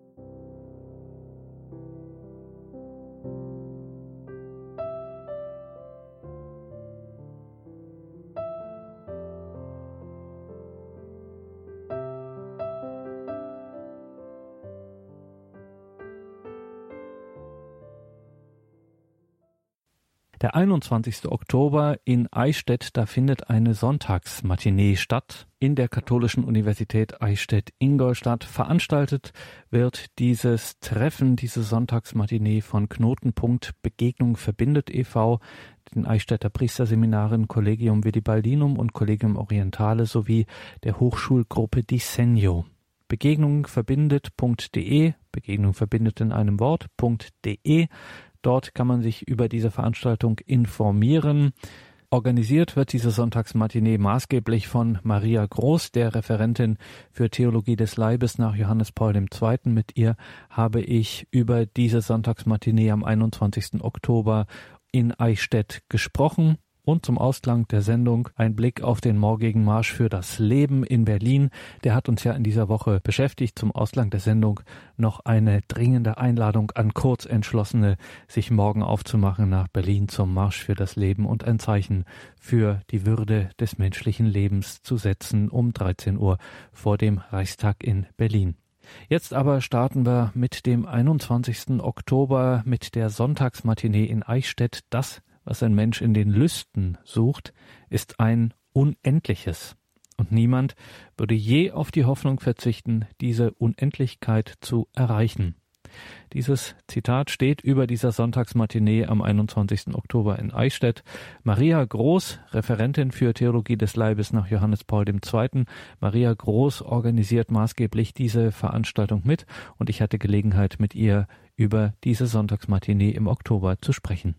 Der einundzwanzigste Oktober in Eichstätt, da findet eine Sonntagsmatinee statt in der Katholischen Universität Eichstätt-Ingolstadt. Veranstaltet wird dieses Treffen, diese Sonntagsmatinee von Knotenpunkt Begegnung verbindet e V, den Eichstätter Priesterseminaren Collegium Vidibaldinum und Collegium Orientale sowie der Hochschulgruppe Dissenio. Begegnung verbindet punkt de, Begegnung verbindet in einem Wort, .de. Dort kann man sich über diese Veranstaltung informieren. Organisiert wird diese Sonntagsmatinee maßgeblich von Maria Groß, der Referentin für Theologie des Leibes nach Johannes Paul der Zweite. Mit ihr habe ich über diese Sonntagsmatinee am einundzwanzigsten Oktober in Eichstätt gesprochen. Und zum Ausklang der Sendung ein Blick auf den morgigen Marsch für das Leben in Berlin. Der hat uns ja in dieser Woche beschäftigt. Zum Ausklang der Sendung noch eine dringende Einladung an Kurzentschlossene, sich morgen aufzumachen nach Berlin zum Marsch für das Leben und ein Zeichen für die Würde des menschlichen Lebens zu setzen um dreizehn Uhr vor dem Reichstag in Berlin. Jetzt aber starten wir mit dem einundzwanzigsten Oktober mit der Sonntagsmatinee in Eichstätt. Das Was ein Mensch in den Lüsten sucht, ist ein Unendliches. Und niemand würde je auf die Hoffnung verzichten, diese Unendlichkeit zu erreichen. Dieses Zitat steht über dieser Sonntagsmatinee am einundzwanzigsten Oktober in Eichstätt. Maria Groß, Referentin für Theologie des Leibes nach Johannes Paul der Zweite. Maria Groß organisiert maßgeblich diese Veranstaltung mit und ich hatte Gelegenheit, mit ihr über diese Sonntagsmatinee im Oktober zu sprechen.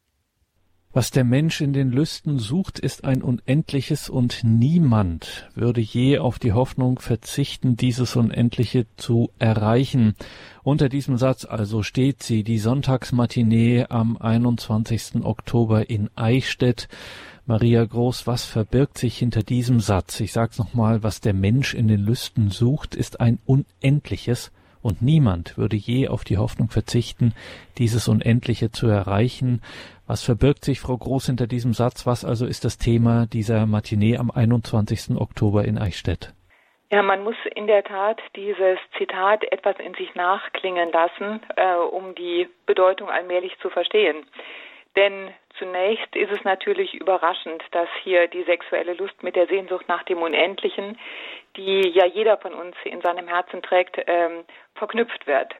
Was der Mensch in den Lüsten sucht, ist ein Unendliches und niemand würde je auf die Hoffnung verzichten, dieses Unendliche zu erreichen. Unter diesem Satz also steht sie, die Sonntagsmatinee am einundzwanzigsten Oktober in Eichstätt. Maria Groß, was verbirgt sich hinter diesem Satz? Ich sag's nochmal, was der Mensch in den Lüsten sucht, ist ein Unendliches. Und niemand würde je auf die Hoffnung verzichten, dieses Unendliche zu erreichen. Was verbirgt sich, Frau Groß, hinter diesem Satz? Was also ist das Thema dieser Matinee am einundzwanzigsten Oktober in Eichstätt? Ja, man muss in der Tat dieses Zitat etwas in sich nachklingen lassen, äh, um die Bedeutung allmählich zu verstehen. Denn zunächst ist es natürlich überraschend, dass hier die sexuelle Lust mit der Sehnsucht nach dem Unendlichen, die ja jeder von uns in seinem Herzen trägt, ähm, verknüpft wird.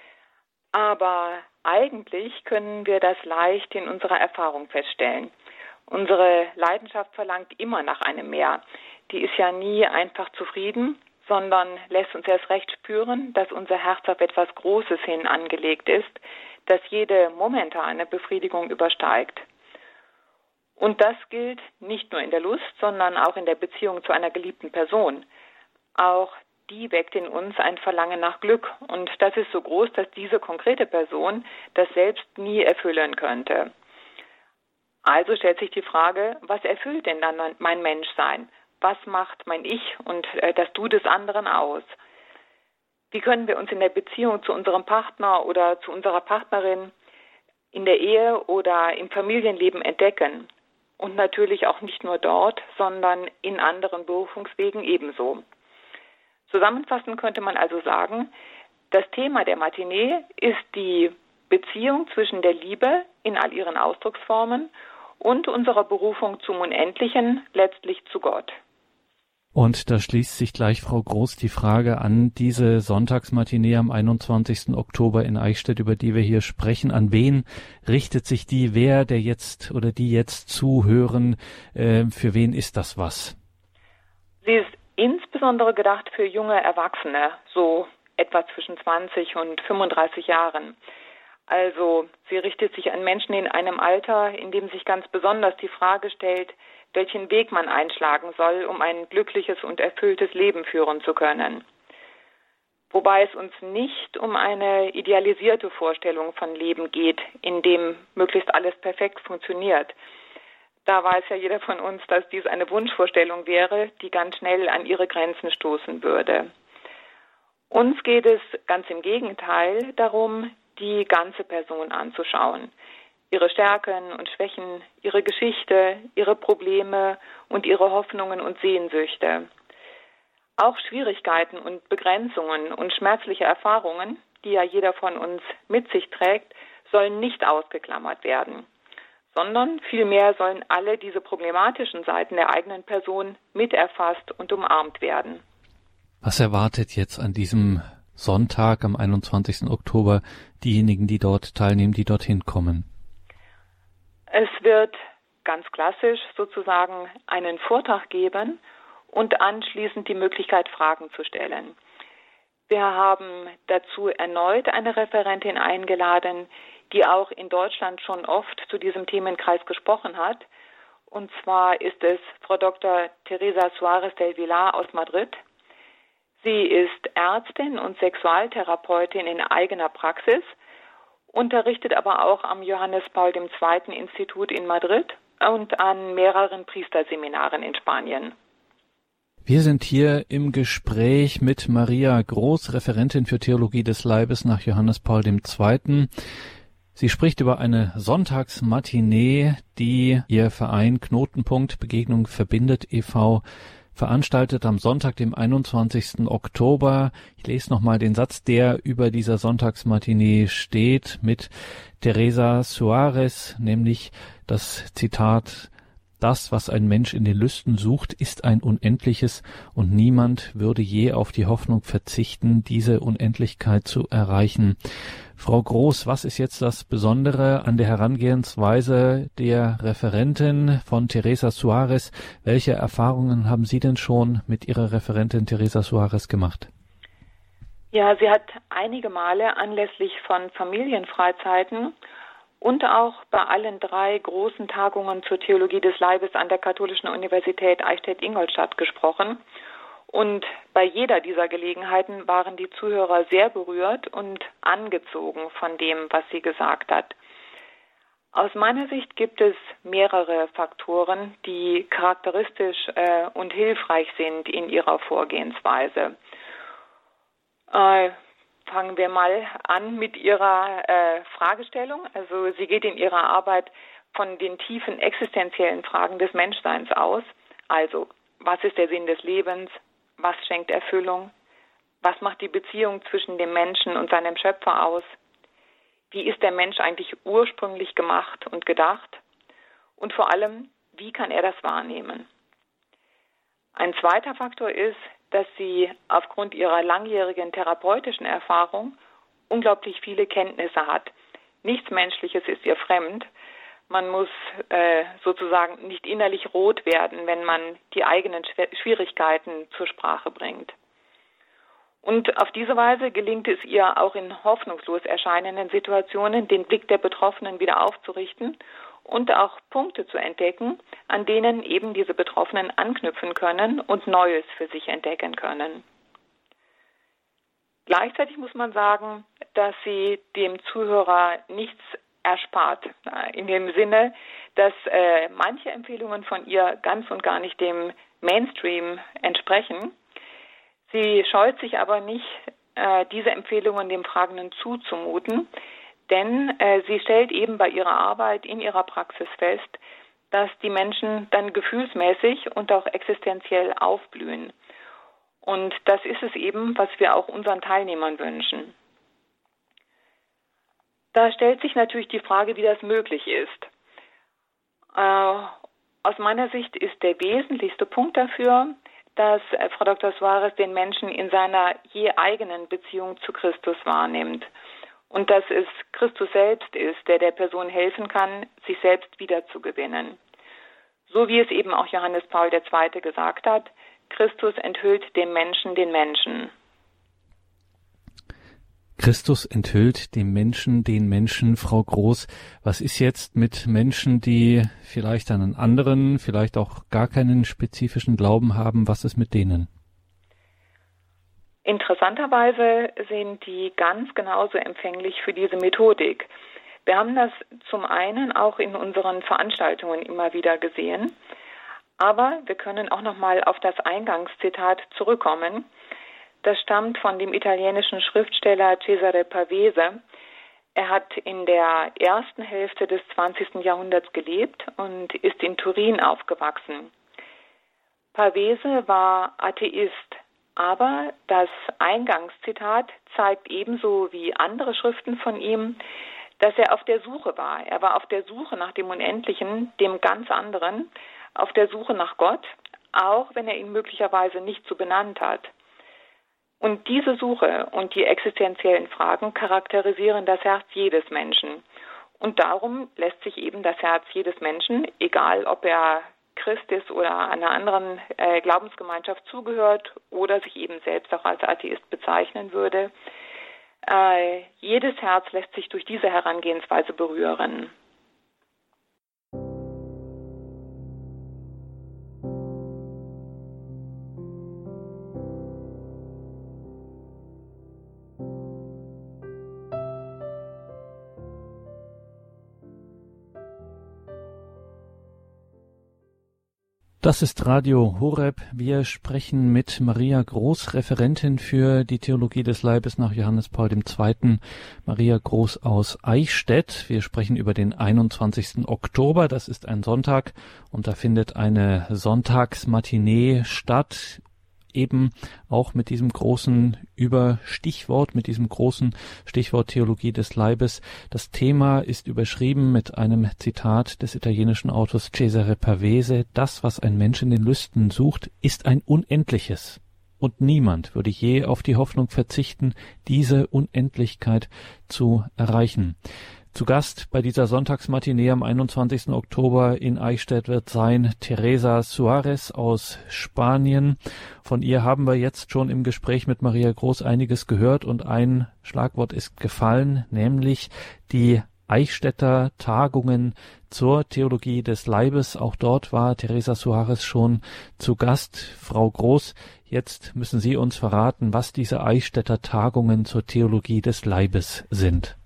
Aber eigentlich können wir das leicht in unserer Erfahrung feststellen. Unsere Leidenschaft verlangt immer nach einem Mehr. Die ist ja nie einfach zufrieden, sondern lässt uns erst recht spüren, dass unser Herz auf etwas Großes hin angelegt ist, das jede momentane Befriedigung übersteigt. Und das gilt nicht nur in der Lust, sondern auch in der Beziehung zu einer geliebten Person. Auch die weckt in uns ein Verlangen nach Glück. Und das ist so groß, dass diese konkrete Person das selbst nie erfüllen könnte. Also stellt sich die Frage, was erfüllt denn dann mein Menschsein? Was macht mein Ich und das Du des anderen aus? Wie können wir uns in der Beziehung zu unserem Partner oder zu unserer Partnerin, in der Ehe oder im Familienleben entdecken? Und natürlich auch nicht nur dort, sondern in anderen Berufungswegen ebenso. Zusammenfassend könnte man also sagen, das Thema der Matinee ist die Beziehung zwischen der Liebe in all ihren Ausdrucksformen und unserer Berufung zum Unendlichen, letztlich zu Gott. Und da schließt sich gleich, Frau Groß, die Frage an, diese Sonntagsmatinee am einundzwanzigsten Oktober in Eichstätt, über die wir hier sprechen. An wen richtet sich die? Wer, der jetzt oder die jetzt zuhören, äh, für wen ist das was? Sie ist insbesondere gedacht für junge Erwachsene, so etwa zwischen zwanzig und fünfunddreißig Jahren. Also sie richtet sich an Menschen in einem Alter, in dem sich ganz besonders die Frage stellt, welchen Weg man einschlagen soll, um ein glückliches und erfülltes Leben führen zu können. Wobei es uns nicht um eine idealisierte Vorstellung von Leben geht, in dem möglichst alles perfekt funktioniert. Da weiß ja jeder von uns, dass dies eine Wunschvorstellung wäre, die ganz schnell an ihre Grenzen stoßen würde. Uns geht es ganz im Gegenteil darum, die ganze Person anzuschauen. Ihre Stärken und Schwächen, ihre Geschichte, ihre Probleme und ihre Hoffnungen und Sehnsüchte. Auch Schwierigkeiten und Begrenzungen und schmerzliche Erfahrungen, die ja jeder von uns mit sich trägt, sollen nicht ausgeklammert werden, sondern vielmehr sollen alle diese problematischen Seiten der eigenen Person miterfasst und umarmt werden. Was erwartet jetzt an diesem Sonntag am einundzwanzigsten Oktober diejenigen, die dort teilnehmen, die dorthin kommen? Es wird ganz klassisch sozusagen einen Vortrag geben und anschließend die Möglichkeit, Fragen zu stellen. Wir haben dazu erneut eine Referentin eingeladen, die auch in Deutschland schon oft zu diesem Themenkreis gesprochen hat. Und zwar ist es Frau Doktor Teresa Suarez del Villar aus Madrid. Sie ist Ärztin und Sexualtherapeutin in eigener Praxis, unterrichtet aber auch am Johannes Paul der Zweite Institut in Madrid und an mehreren Priesterseminaren in Spanien. Wir sind hier im Gespräch mit Maria Groß, Referentin für Theologie des Leibes nach Johannes Paul der Zweite. Sie spricht über eine Sonntagsmatinee, die ihr Verein Knotenpunkt Begegnung verbindet e V veranstaltet am Sonntag, dem einundzwanzigsten Oktober. Ich lese nochmal den Satz, der über dieser Sonntagsmatinee steht, mit Teresa Suarez, nämlich das Zitat: Das, was ein Mensch in den Lüsten sucht, ist ein Unendliches, und niemand würde je auf die Hoffnung verzichten, diese Unendlichkeit zu erreichen. Frau Groß, was ist jetzt das Besondere an der Herangehensweise der Referentin von Teresa Suarez? Welche Erfahrungen haben Sie denn schon mit Ihrer Referentin Teresa Suarez gemacht? Ja, sie hat einige Male anlässlich von Familienfreizeiten und auch bei allen drei großen Tagungen zur Theologie des Leibes an der Katholischen Universität Eichstätt-Ingolstadt gesprochen. Und bei jeder dieser Gelegenheiten waren die Zuhörer sehr berührt und angezogen von dem, was sie gesagt hat. Aus meiner Sicht gibt es mehrere Faktoren, die charakteristisch äh, und hilfreich sind in ihrer Vorgehensweise. Äh, fangen wir mal an mit ihrer äh, Fragestellung. Also sie geht in ihrer Arbeit von den tiefen existenziellen Fragen des Menschseins aus. Also, was ist der Sinn des Lebens? Was schenkt Erfüllung? Was macht die Beziehung zwischen dem Menschen und seinem Schöpfer aus? Wie ist der Mensch eigentlich ursprünglich gemacht und gedacht? Und vor allem, wie kann er das wahrnehmen? Ein zweiter Faktor ist, dass sie aufgrund ihrer langjährigen therapeutischen Erfahrung unglaublich viele Kenntnisse hat. Nichts Menschliches ist ihr fremd. Man muss äh, sozusagen nicht innerlich rot werden, wenn man die eigenen Schwierigkeiten zur Sprache bringt. Und auf diese Weise gelingt es ihr auch in hoffnungslos erscheinenden Situationen, den Blick der Betroffenen wieder aufzurichten und auch Punkte zu entdecken, an denen eben diese Betroffenen anknüpfen können und Neues für sich entdecken können. Gleichzeitig muss man sagen, dass sie dem Zuhörer nichts erspart, in dem Sinne, dass äh, manche Empfehlungen von ihr ganz und gar nicht dem Mainstream entsprechen. Sie scheut sich aber nicht, äh, diese Empfehlungen dem Fragenden zuzumuten, denn äh, sie stellt eben bei ihrer Arbeit in ihrer Praxis fest, dass die Menschen dann gefühlsmäßig und auch existenziell aufblühen. Und das ist es eben, was wir auch unseren Teilnehmern wünschen. Da stellt sich natürlich die Frage, wie das möglich ist. Äh, aus meiner Sicht ist der wesentlichste Punkt dafür, dass äh, Frau Doktor Soares den Menschen in seiner je eigenen Beziehung zu Christus wahrnimmt und dass es Christus selbst ist, der der Person helfen kann, sich selbst wiederzugewinnen. So wie es eben auch Johannes Paul der Zweite gesagt hat, Christus enthüllt dem Menschen den Menschen. Christus enthüllt dem Menschen den Menschen. Frau Groß, was ist jetzt mit Menschen, die vielleicht einen anderen, vielleicht auch gar keinen spezifischen Glauben haben? Was ist mit denen? Interessanterweise sind die ganz genauso empfänglich für diese Methodik. Wir haben das zum einen auch in unseren Veranstaltungen immer wieder gesehen, aber wir können auch nochmal auf das Eingangszitat zurückkommen. Das stammt von dem italienischen Schriftsteller Cesare Pavese. Er hat in der ersten Hälfte des zwanzigsten Jahrhunderts gelebt und ist in Turin aufgewachsen. Pavese war Atheist, aber das Eingangszitat zeigt ebenso wie andere Schriften von ihm, dass er auf der Suche war. Er war auf der Suche nach dem Unendlichen, dem ganz anderen, auf der Suche nach Gott, auch wenn er ihn möglicherweise nicht so benannt hat. Und diese Suche und die existenziellen Fragen charakterisieren das Herz jedes Menschen. Und darum lässt sich eben das Herz jedes Menschen, egal ob er Christ ist oder einer anderen äh, Glaubensgemeinschaft zugehört oder sich eben selbst auch als Atheist bezeichnen würde, äh, jedes Herz lässt sich durch diese Herangehensweise berühren. Das ist Radio Horeb. Wir sprechen mit Maria Groß, Referentin für die Theologie des Leibes nach Johannes Paul der Zweite. Maria Groß aus Eichstätt. Wir sprechen über den einundzwanzigsten Oktober. Das ist ein Sonntag und da findet eine Sonntagsmatinee statt. Eben auch mit diesem großen Überstichwort, mit diesem großen Stichwort Theologie des Leibes. Das Thema ist überschrieben mit einem Zitat des italienischen Autors Cesare Pavese. Das, was ein Mensch in den Lüsten sucht, ist ein Unendliches. Und niemand würde je auf die Hoffnung verzichten, diese Unendlichkeit zu erreichen. Zu Gast bei dieser Sonntagsmatinee am einundzwanzigsten Oktober in Eichstätt wird sein Teresa Soares aus Spanien. Von ihr haben wir jetzt schon im Gespräch mit Maria Groß einiges gehört und ein Schlagwort ist gefallen, nämlich die Eichstätter Tagungen zur Theologie des Leibes. Auch dort war Teresa Soares schon zu Gast. Frau Groß, jetzt müssen Sie uns verraten, was diese Eichstätter Tagungen zur Theologie des Leibes sind.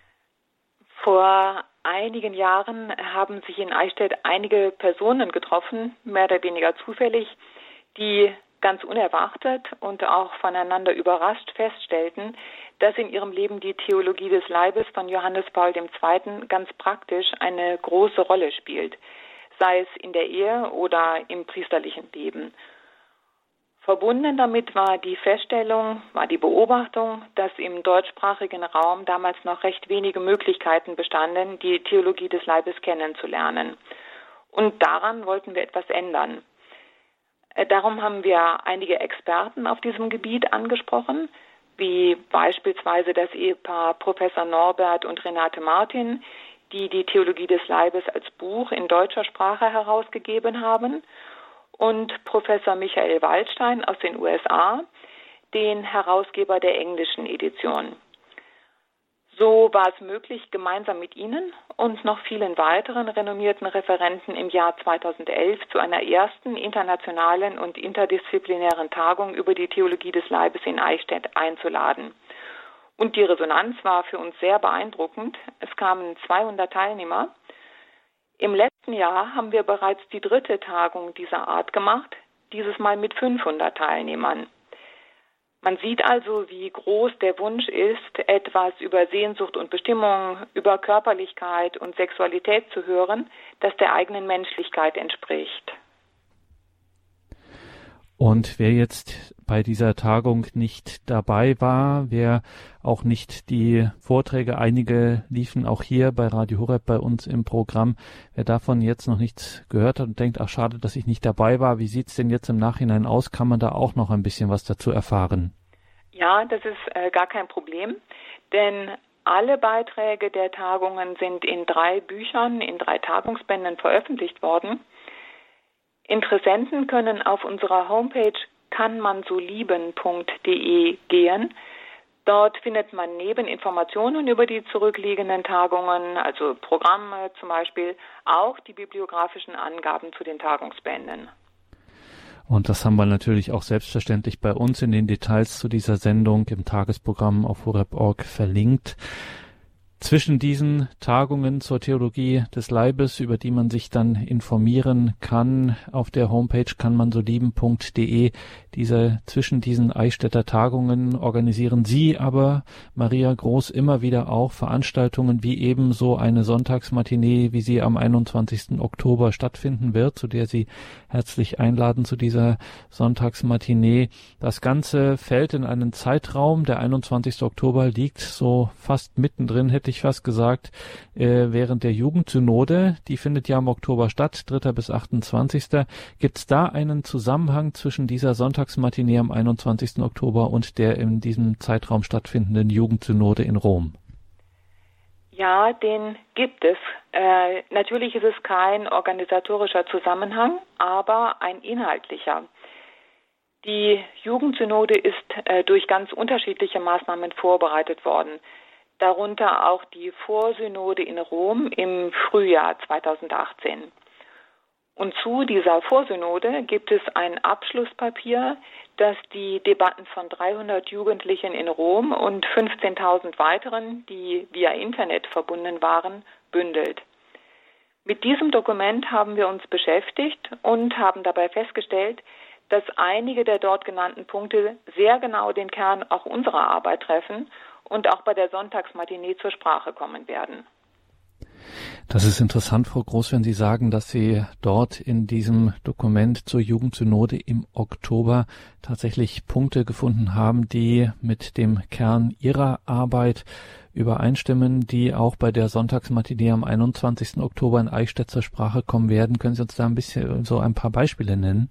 Vor einigen Jahren haben sich in Eichstätt einige Personen getroffen, mehr oder weniger zufällig, die ganz unerwartet und auch voneinander überrascht feststellten, dass in ihrem Leben die Theologie des Leibes von Johannes Paul der Zweite ganz praktisch eine große Rolle spielt, sei es in der Ehe oder im priesterlichen Leben. Verbunden damit war die Feststellung, war die Beobachtung, dass im deutschsprachigen Raum damals noch recht wenige Möglichkeiten bestanden, die Theologie des Leibes kennenzulernen. Und daran wollten wir etwas ändern. Darum haben wir einige Experten auf diesem Gebiet angesprochen, wie beispielsweise das Ehepaar Professor Norbert und Renate Martin, die die Theologie des Leibes als Buch in deutscher Sprache herausgegeben haben, und Professor Michael Waldstein aus den U S A, den Herausgeber der englischen Edition. So war es möglich, gemeinsam mit Ihnen und noch vielen weiteren renommierten Referenten im Jahr zweitausendelf zu einer ersten internationalen und interdisziplinären Tagung über die Theologie des Leibes in Eichstätt einzuladen. Und die Resonanz war für uns sehr beeindruckend. Es kamen zweihundert Teilnehmer. Im letzten Jahr haben wir bereits die dritte Tagung dieser Art gemacht, dieses Mal mit fünfhundert Teilnehmern. Man sieht also, wie groß der Wunsch ist, etwas über Sehnsucht und Bestimmung, über Körperlichkeit und Sexualität zu hören, das der eigenen Menschlichkeit entspricht. Und wer jetzt bei dieser Tagung nicht dabei war, wer auch nicht die Vorträge, einige liefen auch hier bei Radio Horeb bei uns im Programm, wer davon jetzt noch nichts gehört hat und denkt, ach schade, dass ich nicht dabei war, wie sieht's denn jetzt im Nachhinein aus? Kann man da auch noch ein bisschen was dazu erfahren? Ja, das ist äh, gar kein Problem, denn alle Beiträge der Tagungen sind in drei Büchern, in drei Tagungsbänden veröffentlicht worden. Interessenten können auf unserer Homepage kannmansolieben punkt de gehen. Dort findet man neben Informationen über die zurückliegenden Tagungen, also Programme zum Beispiel, auch die bibliografischen Angaben zu den Tagungsbänden. Und das haben wir natürlich auch selbstverständlich bei uns in den Details zu dieser Sendung im Tagesprogramm auf horeb punkt org verlinkt. Zwischen diesen Tagungen zur Theologie des Leibes, über die man sich dann informieren kann, auf der Homepage kannmansolieben punkt de, diese, zwischen diesen Eichstätter Tagungen organisieren Sie aber, Maria Groß, immer wieder auch Veranstaltungen wie eben so eine Sonntagsmatinee, wie sie am einundzwanzigsten Oktober stattfinden wird, zu der Sie herzlich einladen zu dieser Sonntagsmatinee. Das Ganze fällt in einen Zeitraum, der einundzwanzigste Oktober liegt so fast mittendrin, hätte ich fast gesagt, äh, während der Jugendsynode, die findet ja im Oktober statt, dritter bis achtundzwanzigsten Gibt es da einen Zusammenhang zwischen dieser Sonntagsmatinee am einundzwanzigsten Oktober und der in diesem Zeitraum stattfindenden Jugendsynode in Rom? Ja, den gibt es. Äh, natürlich ist es kein organisatorischer Zusammenhang, aber ein inhaltlicher. Die Jugendsynode ist äh, durch ganz unterschiedliche Maßnahmen vorbereitet worden. Darunter auch die Vorsynode in Rom im Frühjahr zweitausendachtzehn. Und zu dieser Vorsynode gibt es ein Abschlusspapier, das die Debatten von dreihundert Jugendlichen in Rom und fünfzehntausend weiteren, die via Internet verbunden waren, bündelt. Mit diesem Dokument haben wir uns beschäftigt und haben dabei festgestellt, dass einige der dort genannten Punkte sehr genau den Kern auch unserer Arbeit treffen und auch bei der Sonntagsmatinee zur Sprache kommen werden. Das ist interessant, Frau Groß, wenn Sie sagen, dass Sie dort in diesem Dokument zur Jugendsynode im Oktober tatsächlich Punkte gefunden haben, die mit dem Kern Ihrer Arbeit übereinstimmen, die auch bei der Sonntagsmatinee am einundzwanzigsten Oktober in Eichstätt zur Sprache kommen werden. Können Sie uns da ein bisschen so ein paar Beispiele nennen?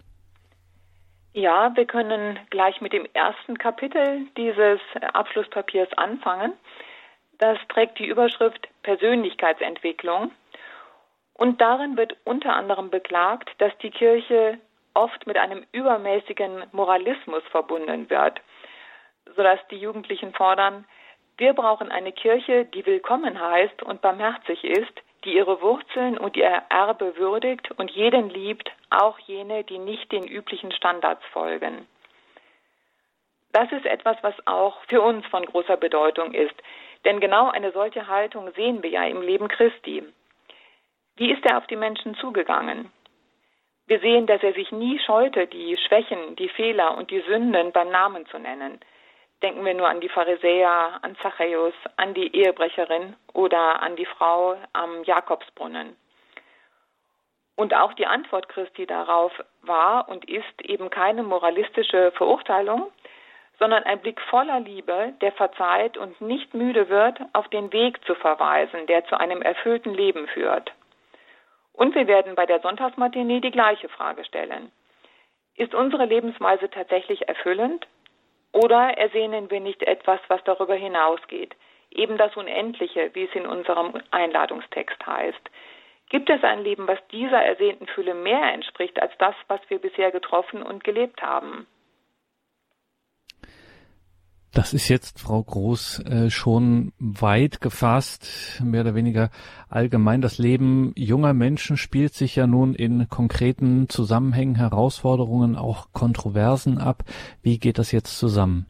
Ja, wir können gleich mit dem ersten Kapitel dieses Abschlusspapiers anfangen. Das trägt die Überschrift Persönlichkeitsentwicklung und darin wird unter anderem beklagt, dass die Kirche oft mit einem übermäßigen Moralismus verbunden wird, sodass die Jugendlichen fordern, wir brauchen eine Kirche, die willkommen heißt und barmherzig ist, die ihre Wurzeln und ihr Erbe würdigt und jeden liebt, auch jene, die nicht den üblichen Standards folgen. Das ist etwas, was auch für uns von großer Bedeutung ist, denn genau eine solche Haltung sehen wir ja im Leben Christi. Wie ist er auf die Menschen zugegangen? Wir sehen, dass er sich nie scheute, die Schwächen, die Fehler und die Sünden beim Namen zu nennen. Denken wir nur an die Pharisäer, an Zachäus, an die Ehebrecherin oder an die Frau am Jakobsbrunnen. Und auch die Antwort Christi darauf war und ist eben keine moralistische Verurteilung, sondern ein Blick voller Liebe, der verzeiht und nicht müde wird, auf den Weg zu verweisen, der zu einem erfüllten Leben führt. Und wir werden bei der Sonntagsmatinee die gleiche Frage stellen. Ist unsere Lebensweise tatsächlich erfüllend? Oder ersehnen wir nicht etwas, was darüber hinausgeht? Eben das Unendliche, wie es in unserem Einladungstext heißt. Gibt es ein Leben, was dieser ersehnten Fülle mehr entspricht als das, was wir bisher getroffen und gelebt haben? Das ist jetzt, Frau Groß, äh, schon weit gefasst, mehr oder weniger allgemein. Das Leben junger Menschen spielt sich ja nun in konkreten Zusammenhängen, Herausforderungen, auch Kontroversen ab. Wie geht das jetzt zusammen?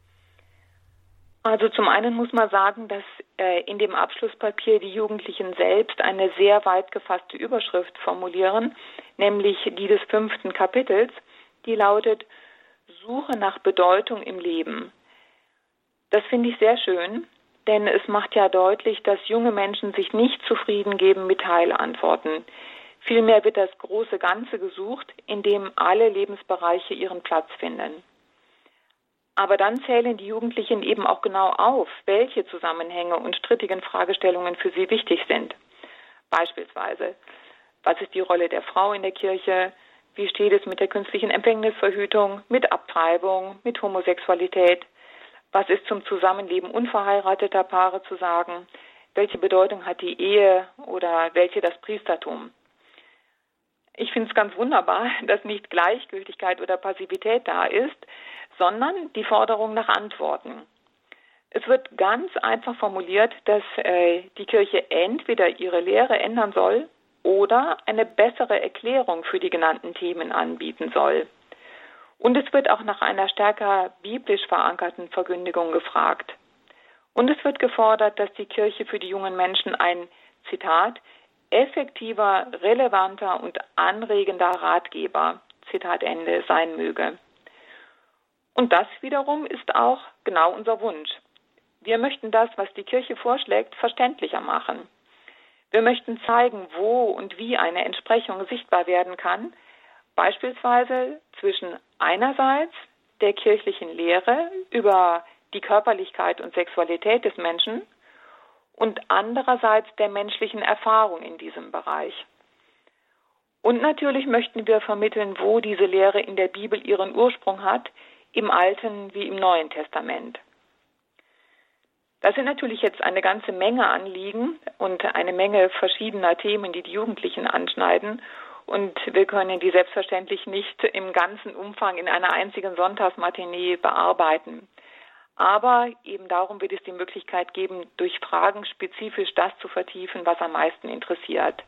Also zum einen muss man sagen, dass äh, in dem Abschlusspapier die Jugendlichen selbst eine sehr weit gefasste Überschrift formulieren, nämlich die des fünften Kapitels, die lautet Suche nach Bedeutung im Leben. Das finde ich sehr schön, denn es macht ja deutlich, dass junge Menschen sich nicht zufrieden geben mit Teilantworten. Vielmehr wird das große Ganze gesucht, in dem alle Lebensbereiche ihren Platz finden. Aber dann zählen die Jugendlichen eben auch genau auf, welche Zusammenhänge und strittigen Fragestellungen für sie wichtig sind. Beispielsweise, was ist die Rolle der Frau in der Kirche? Wie steht es mit der künstlichen Empfängnisverhütung, mit Abtreibung, mit Homosexualität? Was ist zum Zusammenleben unverheirateter Paare zu sagen? Welche Bedeutung hat die Ehe oder welche das Priestertum? Ich finde es ganz wunderbar, dass nicht Gleichgültigkeit oder Passivität da ist, sondern die Forderung nach Antworten. Es wird ganz einfach formuliert, dass äh, die Kirche entweder ihre Lehre ändern soll oder eine bessere Erklärung für die genannten Themen anbieten soll. Und es wird auch nach einer stärker biblisch verankerten Verkündigung gefragt. Und es wird gefordert, dass die Kirche für die jungen Menschen ein, Zitat, effektiver, relevanter und anregender Ratgeber, Zitat Ende, sein möge. Und das wiederum ist auch genau unser Wunsch. Wir möchten das, was die Kirche vorschlägt, verständlicher machen. Wir möchten zeigen, wo und wie eine Entsprechung sichtbar werden kann, beispielsweise zwischen einerseits der kirchlichen Lehre über die Körperlichkeit und Sexualität des Menschen und andererseits der menschlichen Erfahrung in diesem Bereich. Und natürlich möchten wir vermitteln, wo diese Lehre in der Bibel ihren Ursprung hat, im Alten wie im Neuen Testament. Das sind natürlich jetzt eine ganze Menge Anliegen und eine Menge verschiedener Themen, die die Jugendlichen anschneiden. Und wir können die selbstverständlich nicht im ganzen Umfang in einer einzigen Sonntagsmatinee bearbeiten. Aber eben darum wird es die Möglichkeit geben, durch Fragen spezifisch das zu vertiefen, was am meisten interessiert.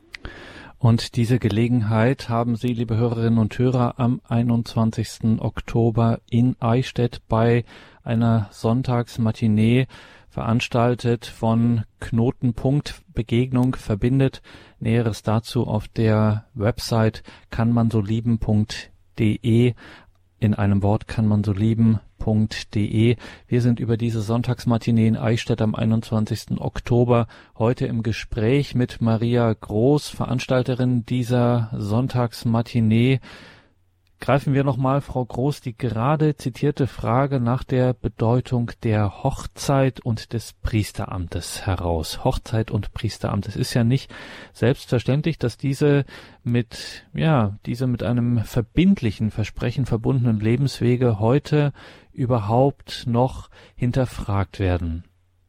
Und diese Gelegenheit haben Sie, liebe Hörerinnen und Hörer, am einundzwanzigsten Oktober in Eichstätt bei einer Sonntagsmatinee veranstaltet von Knotenpunkt Begegnung verbindet. Näheres dazu auf der Website kannmansolieben punkt de. In einem Wort kannmansolieben punkt de. Wir sind über diese Sonntagsmatinee in Eichstätt am einundzwanzigsten Oktober heute im Gespräch mit Maria Groß, Veranstalterin dieser Sonntagsmatinee. Greifen wir nochmal, Frau Groß, die gerade zitierte Frage nach der Bedeutung der Hochzeit und des Priesteramtes heraus. Hochzeit und Priesteramt. Es ist ja nicht selbstverständlich, dass diese mit, ja, diese mit einem verbindlichen Versprechen verbundenen Lebenswege heute überhaupt noch hinterfragt werden.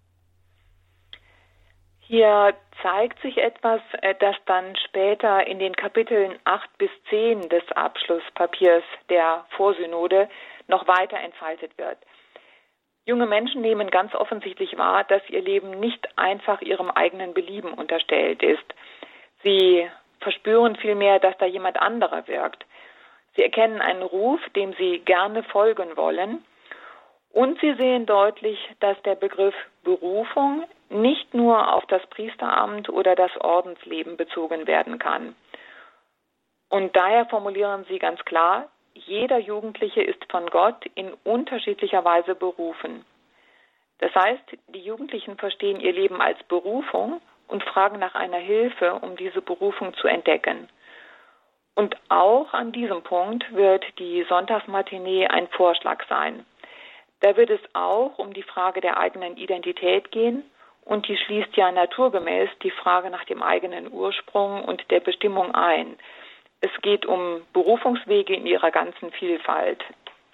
Hier zeigt sich etwas, das dann später in den Kapiteln acht bis zehn des Abschlusspapiers der Vorsynode noch weiter entfaltet wird. Junge Menschen nehmen ganz offensichtlich wahr, dass ihr Leben nicht einfach ihrem eigenen Belieben unterstellt ist. Sie verspüren vielmehr, dass da jemand anderer wirkt. Sie erkennen einen Ruf, dem sie gerne folgen wollen. Und sie sehen deutlich, dass der Begriff Berufung nicht nur auf das Priesteramt oder das Ordensleben bezogen werden kann. Und daher formulieren sie ganz klar, jeder Jugendliche ist von Gott in unterschiedlicher Weise berufen. Das heißt, die Jugendlichen verstehen ihr Leben als Berufung und fragen nach einer Hilfe, um diese Berufung zu entdecken. Und auch an diesem Punkt wird die Sonntagsmatinee ein Vorschlag sein. Da wird es auch um die Frage der eigenen Identität gehen und die schließt ja naturgemäß die Frage nach dem eigenen Ursprung und der Bestimmung ein. Es geht um Berufungswege in ihrer ganzen Vielfalt.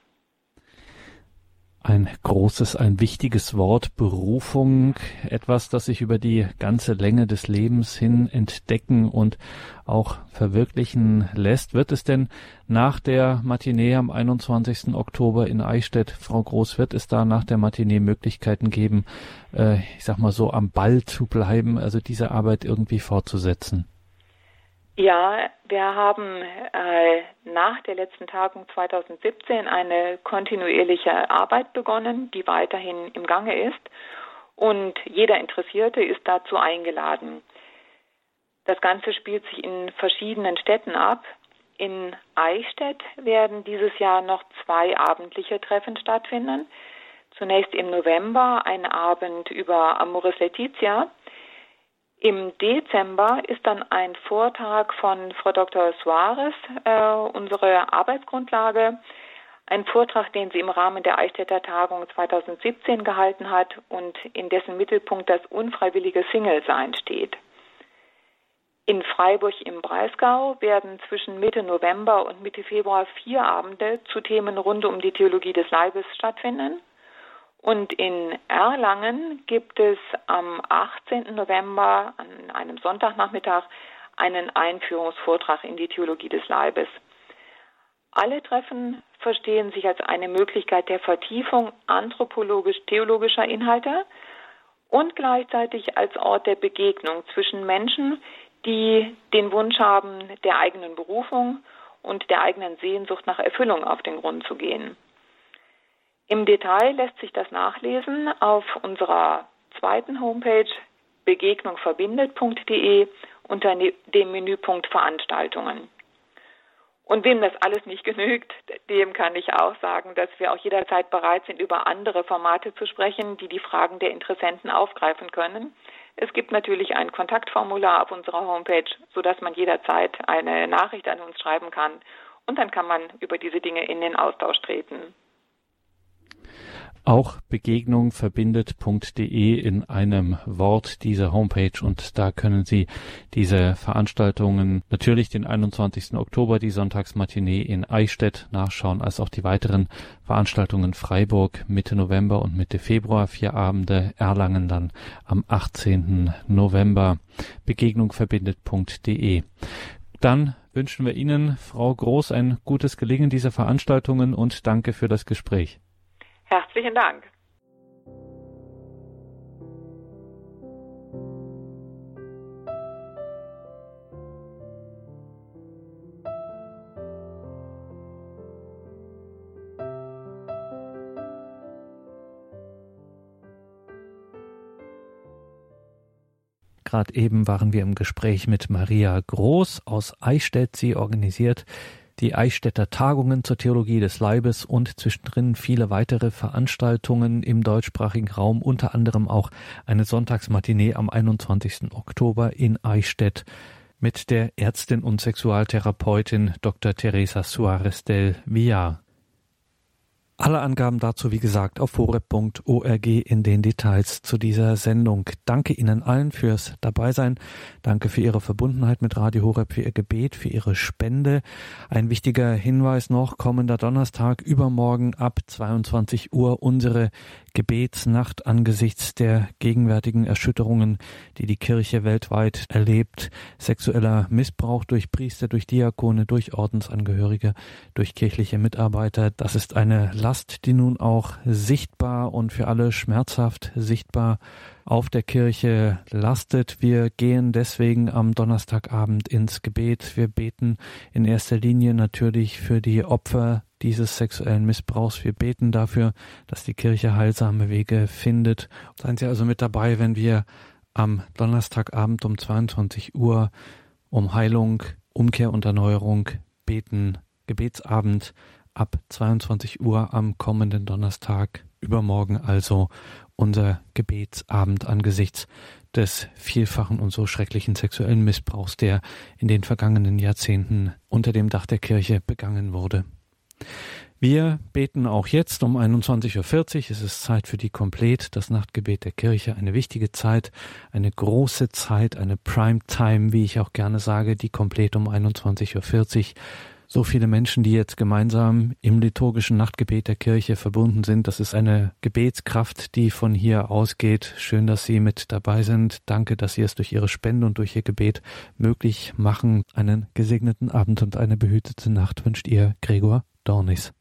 Ein großes, ein wichtiges Wort, Berufung, etwas, das sich über die ganze Länge des Lebens hin entdecken und auch verwirklichen lässt. Wird es denn nach der Matinee am einundzwanzigsten Oktober in Eichstätt, Frau Groß, wird es da nach der Matinee Möglichkeiten geben, äh, ich sag mal so, am Ball zu bleiben, also diese Arbeit irgendwie fortzusetzen? Ja, wir haben äh, nach der letzten Tagung zweitausendsiebzehn eine kontinuierliche Arbeit begonnen, die weiterhin im Gange ist und jeder Interessierte ist dazu eingeladen. Das Ganze spielt sich in verschiedenen Städten ab. In Eichstätt werden dieses Jahr noch zwei abendliche Treffen stattfinden. Zunächst im November ein Abend über Amoris Laetitia. Im Dezember ist dann ein Vortrag von Frau Doktor Suarez, äh, unsere Arbeitsgrundlage, ein Vortrag, den sie im Rahmen der Eichstätter Tagung zweitausendsiebzehn gehalten hat und in dessen Mittelpunkt das unfreiwillige Single-Sein steht. In Freiburg im Breisgau werden zwischen Mitte November und Mitte Februar vier Abende zu Themen rund um die Theologie des Leibes stattfinden. Und in Erlangen gibt es am achtzehnten November an einem Sonntagnachmittag einen Einführungsvortrag in die Theologie des Leibes. Alle Treffen verstehen sich als eine Möglichkeit der Vertiefung anthropologisch-theologischer Inhalte und gleichzeitig als Ort der Begegnung zwischen Menschen, die den Wunsch haben, der eigenen Berufung und der eigenen Sehnsucht nach Erfüllung auf den Grund zu gehen. Im Detail lässt sich das nachlesen auf unserer zweiten Homepage begegnung verbindet punkt de unter dem Menüpunkt Veranstaltungen. Und wem das alles nicht genügt, dem kann ich auch sagen, dass wir auch jederzeit bereit sind, über andere Formate zu sprechen, die die Fragen der Interessenten aufgreifen können. Es gibt natürlich ein Kontaktformular auf unserer Homepage, sodass man jederzeit eine Nachricht an uns schreiben kann. Und dann kann man über diese Dinge in den Austausch treten. Auch begegnung verbindet punkt de in einem Wort, diese Homepage, und da können Sie diese Veranstaltungen, natürlich den einundzwanzigsten Oktober, die Sonntagsmatinee in Eichstätt nachschauen, als auch die weiteren Veranstaltungen Freiburg Mitte November und Mitte Februar, vier Abende, Erlangen dann am achtzehnten November. begegnung verbindet punkt de. Dann wünschen wir Ihnen, Frau Groß, ein gutes Gelingen dieser Veranstaltungen und danke für das Gespräch. Herzlichen Dank. Gerade eben waren wir im Gespräch mit Maria Groß aus Eichstätt. Sie organisiert die Eichstätter Tagungen zur Theologie des Leibes und zwischendrin viele weitere Veranstaltungen im deutschsprachigen Raum, unter anderem auch eine Sonntagsmatinee am einundzwanzigsten Oktober in Eichstätt mit der Ärztin und Sexualtherapeutin Doktor Teresa Suarez del Villar. Alle Angaben dazu, wie gesagt, auf horeb punkt org in den Details zu dieser Sendung. Danke Ihnen allen fürs Dabeisein. Danke für Ihre Verbundenheit mit Radio Horeb, für Ihr Gebet, für Ihre Spende. Ein wichtiger Hinweis noch, kommender Donnerstag, übermorgen ab zweiundzwanzig Uhr unsere Gebetsnacht angesichts der gegenwärtigen Erschütterungen, die die Kirche weltweit erlebt. Sexueller Missbrauch durch Priester, durch Diakone, durch Ordensangehörige, durch kirchliche Mitarbeiter. Das ist eine Last, die nun auch sichtbar und für alle schmerzhaft sichtbar auf der Kirche lastet. Wir gehen deswegen am Donnerstagabend ins Gebet. Wir beten in erster Linie natürlich für die Opfer dieses sexuellen Missbrauchs. Wir beten dafür, dass die Kirche heilsame Wege findet. Seien Sie also mit dabei, wenn wir am Donnerstagabend um zweiundzwanzig Uhr um Heilung, Umkehr und Erneuerung beten. Gebetsabend ab zweiundzwanzig Uhr am kommenden Donnerstag, übermorgen also unser Gebetsabend angesichts des vielfachen und so schrecklichen sexuellen Missbrauchs, der in den vergangenen Jahrzehnten unter dem Dach der Kirche begangen wurde. Wir beten auch jetzt um einundzwanzig Uhr vierzig. Es ist Zeit für die Komplet, das Nachtgebet der Kirche. Eine wichtige Zeit, eine große Zeit, eine Primetime, wie ich auch gerne sage, die Komplet um einundzwanzig Uhr vierzig. So viele Menschen, die jetzt gemeinsam im liturgischen Nachtgebet der Kirche verbunden sind. Das ist eine Gebetskraft, die von hier ausgeht. Schön, dass Sie mit dabei sind. Danke, dass Sie es durch Ihre Spende und durch Ihr Gebet möglich machen. Einen gesegneten Abend und eine behütete Nacht wünscht Ihr Gregor Dornis.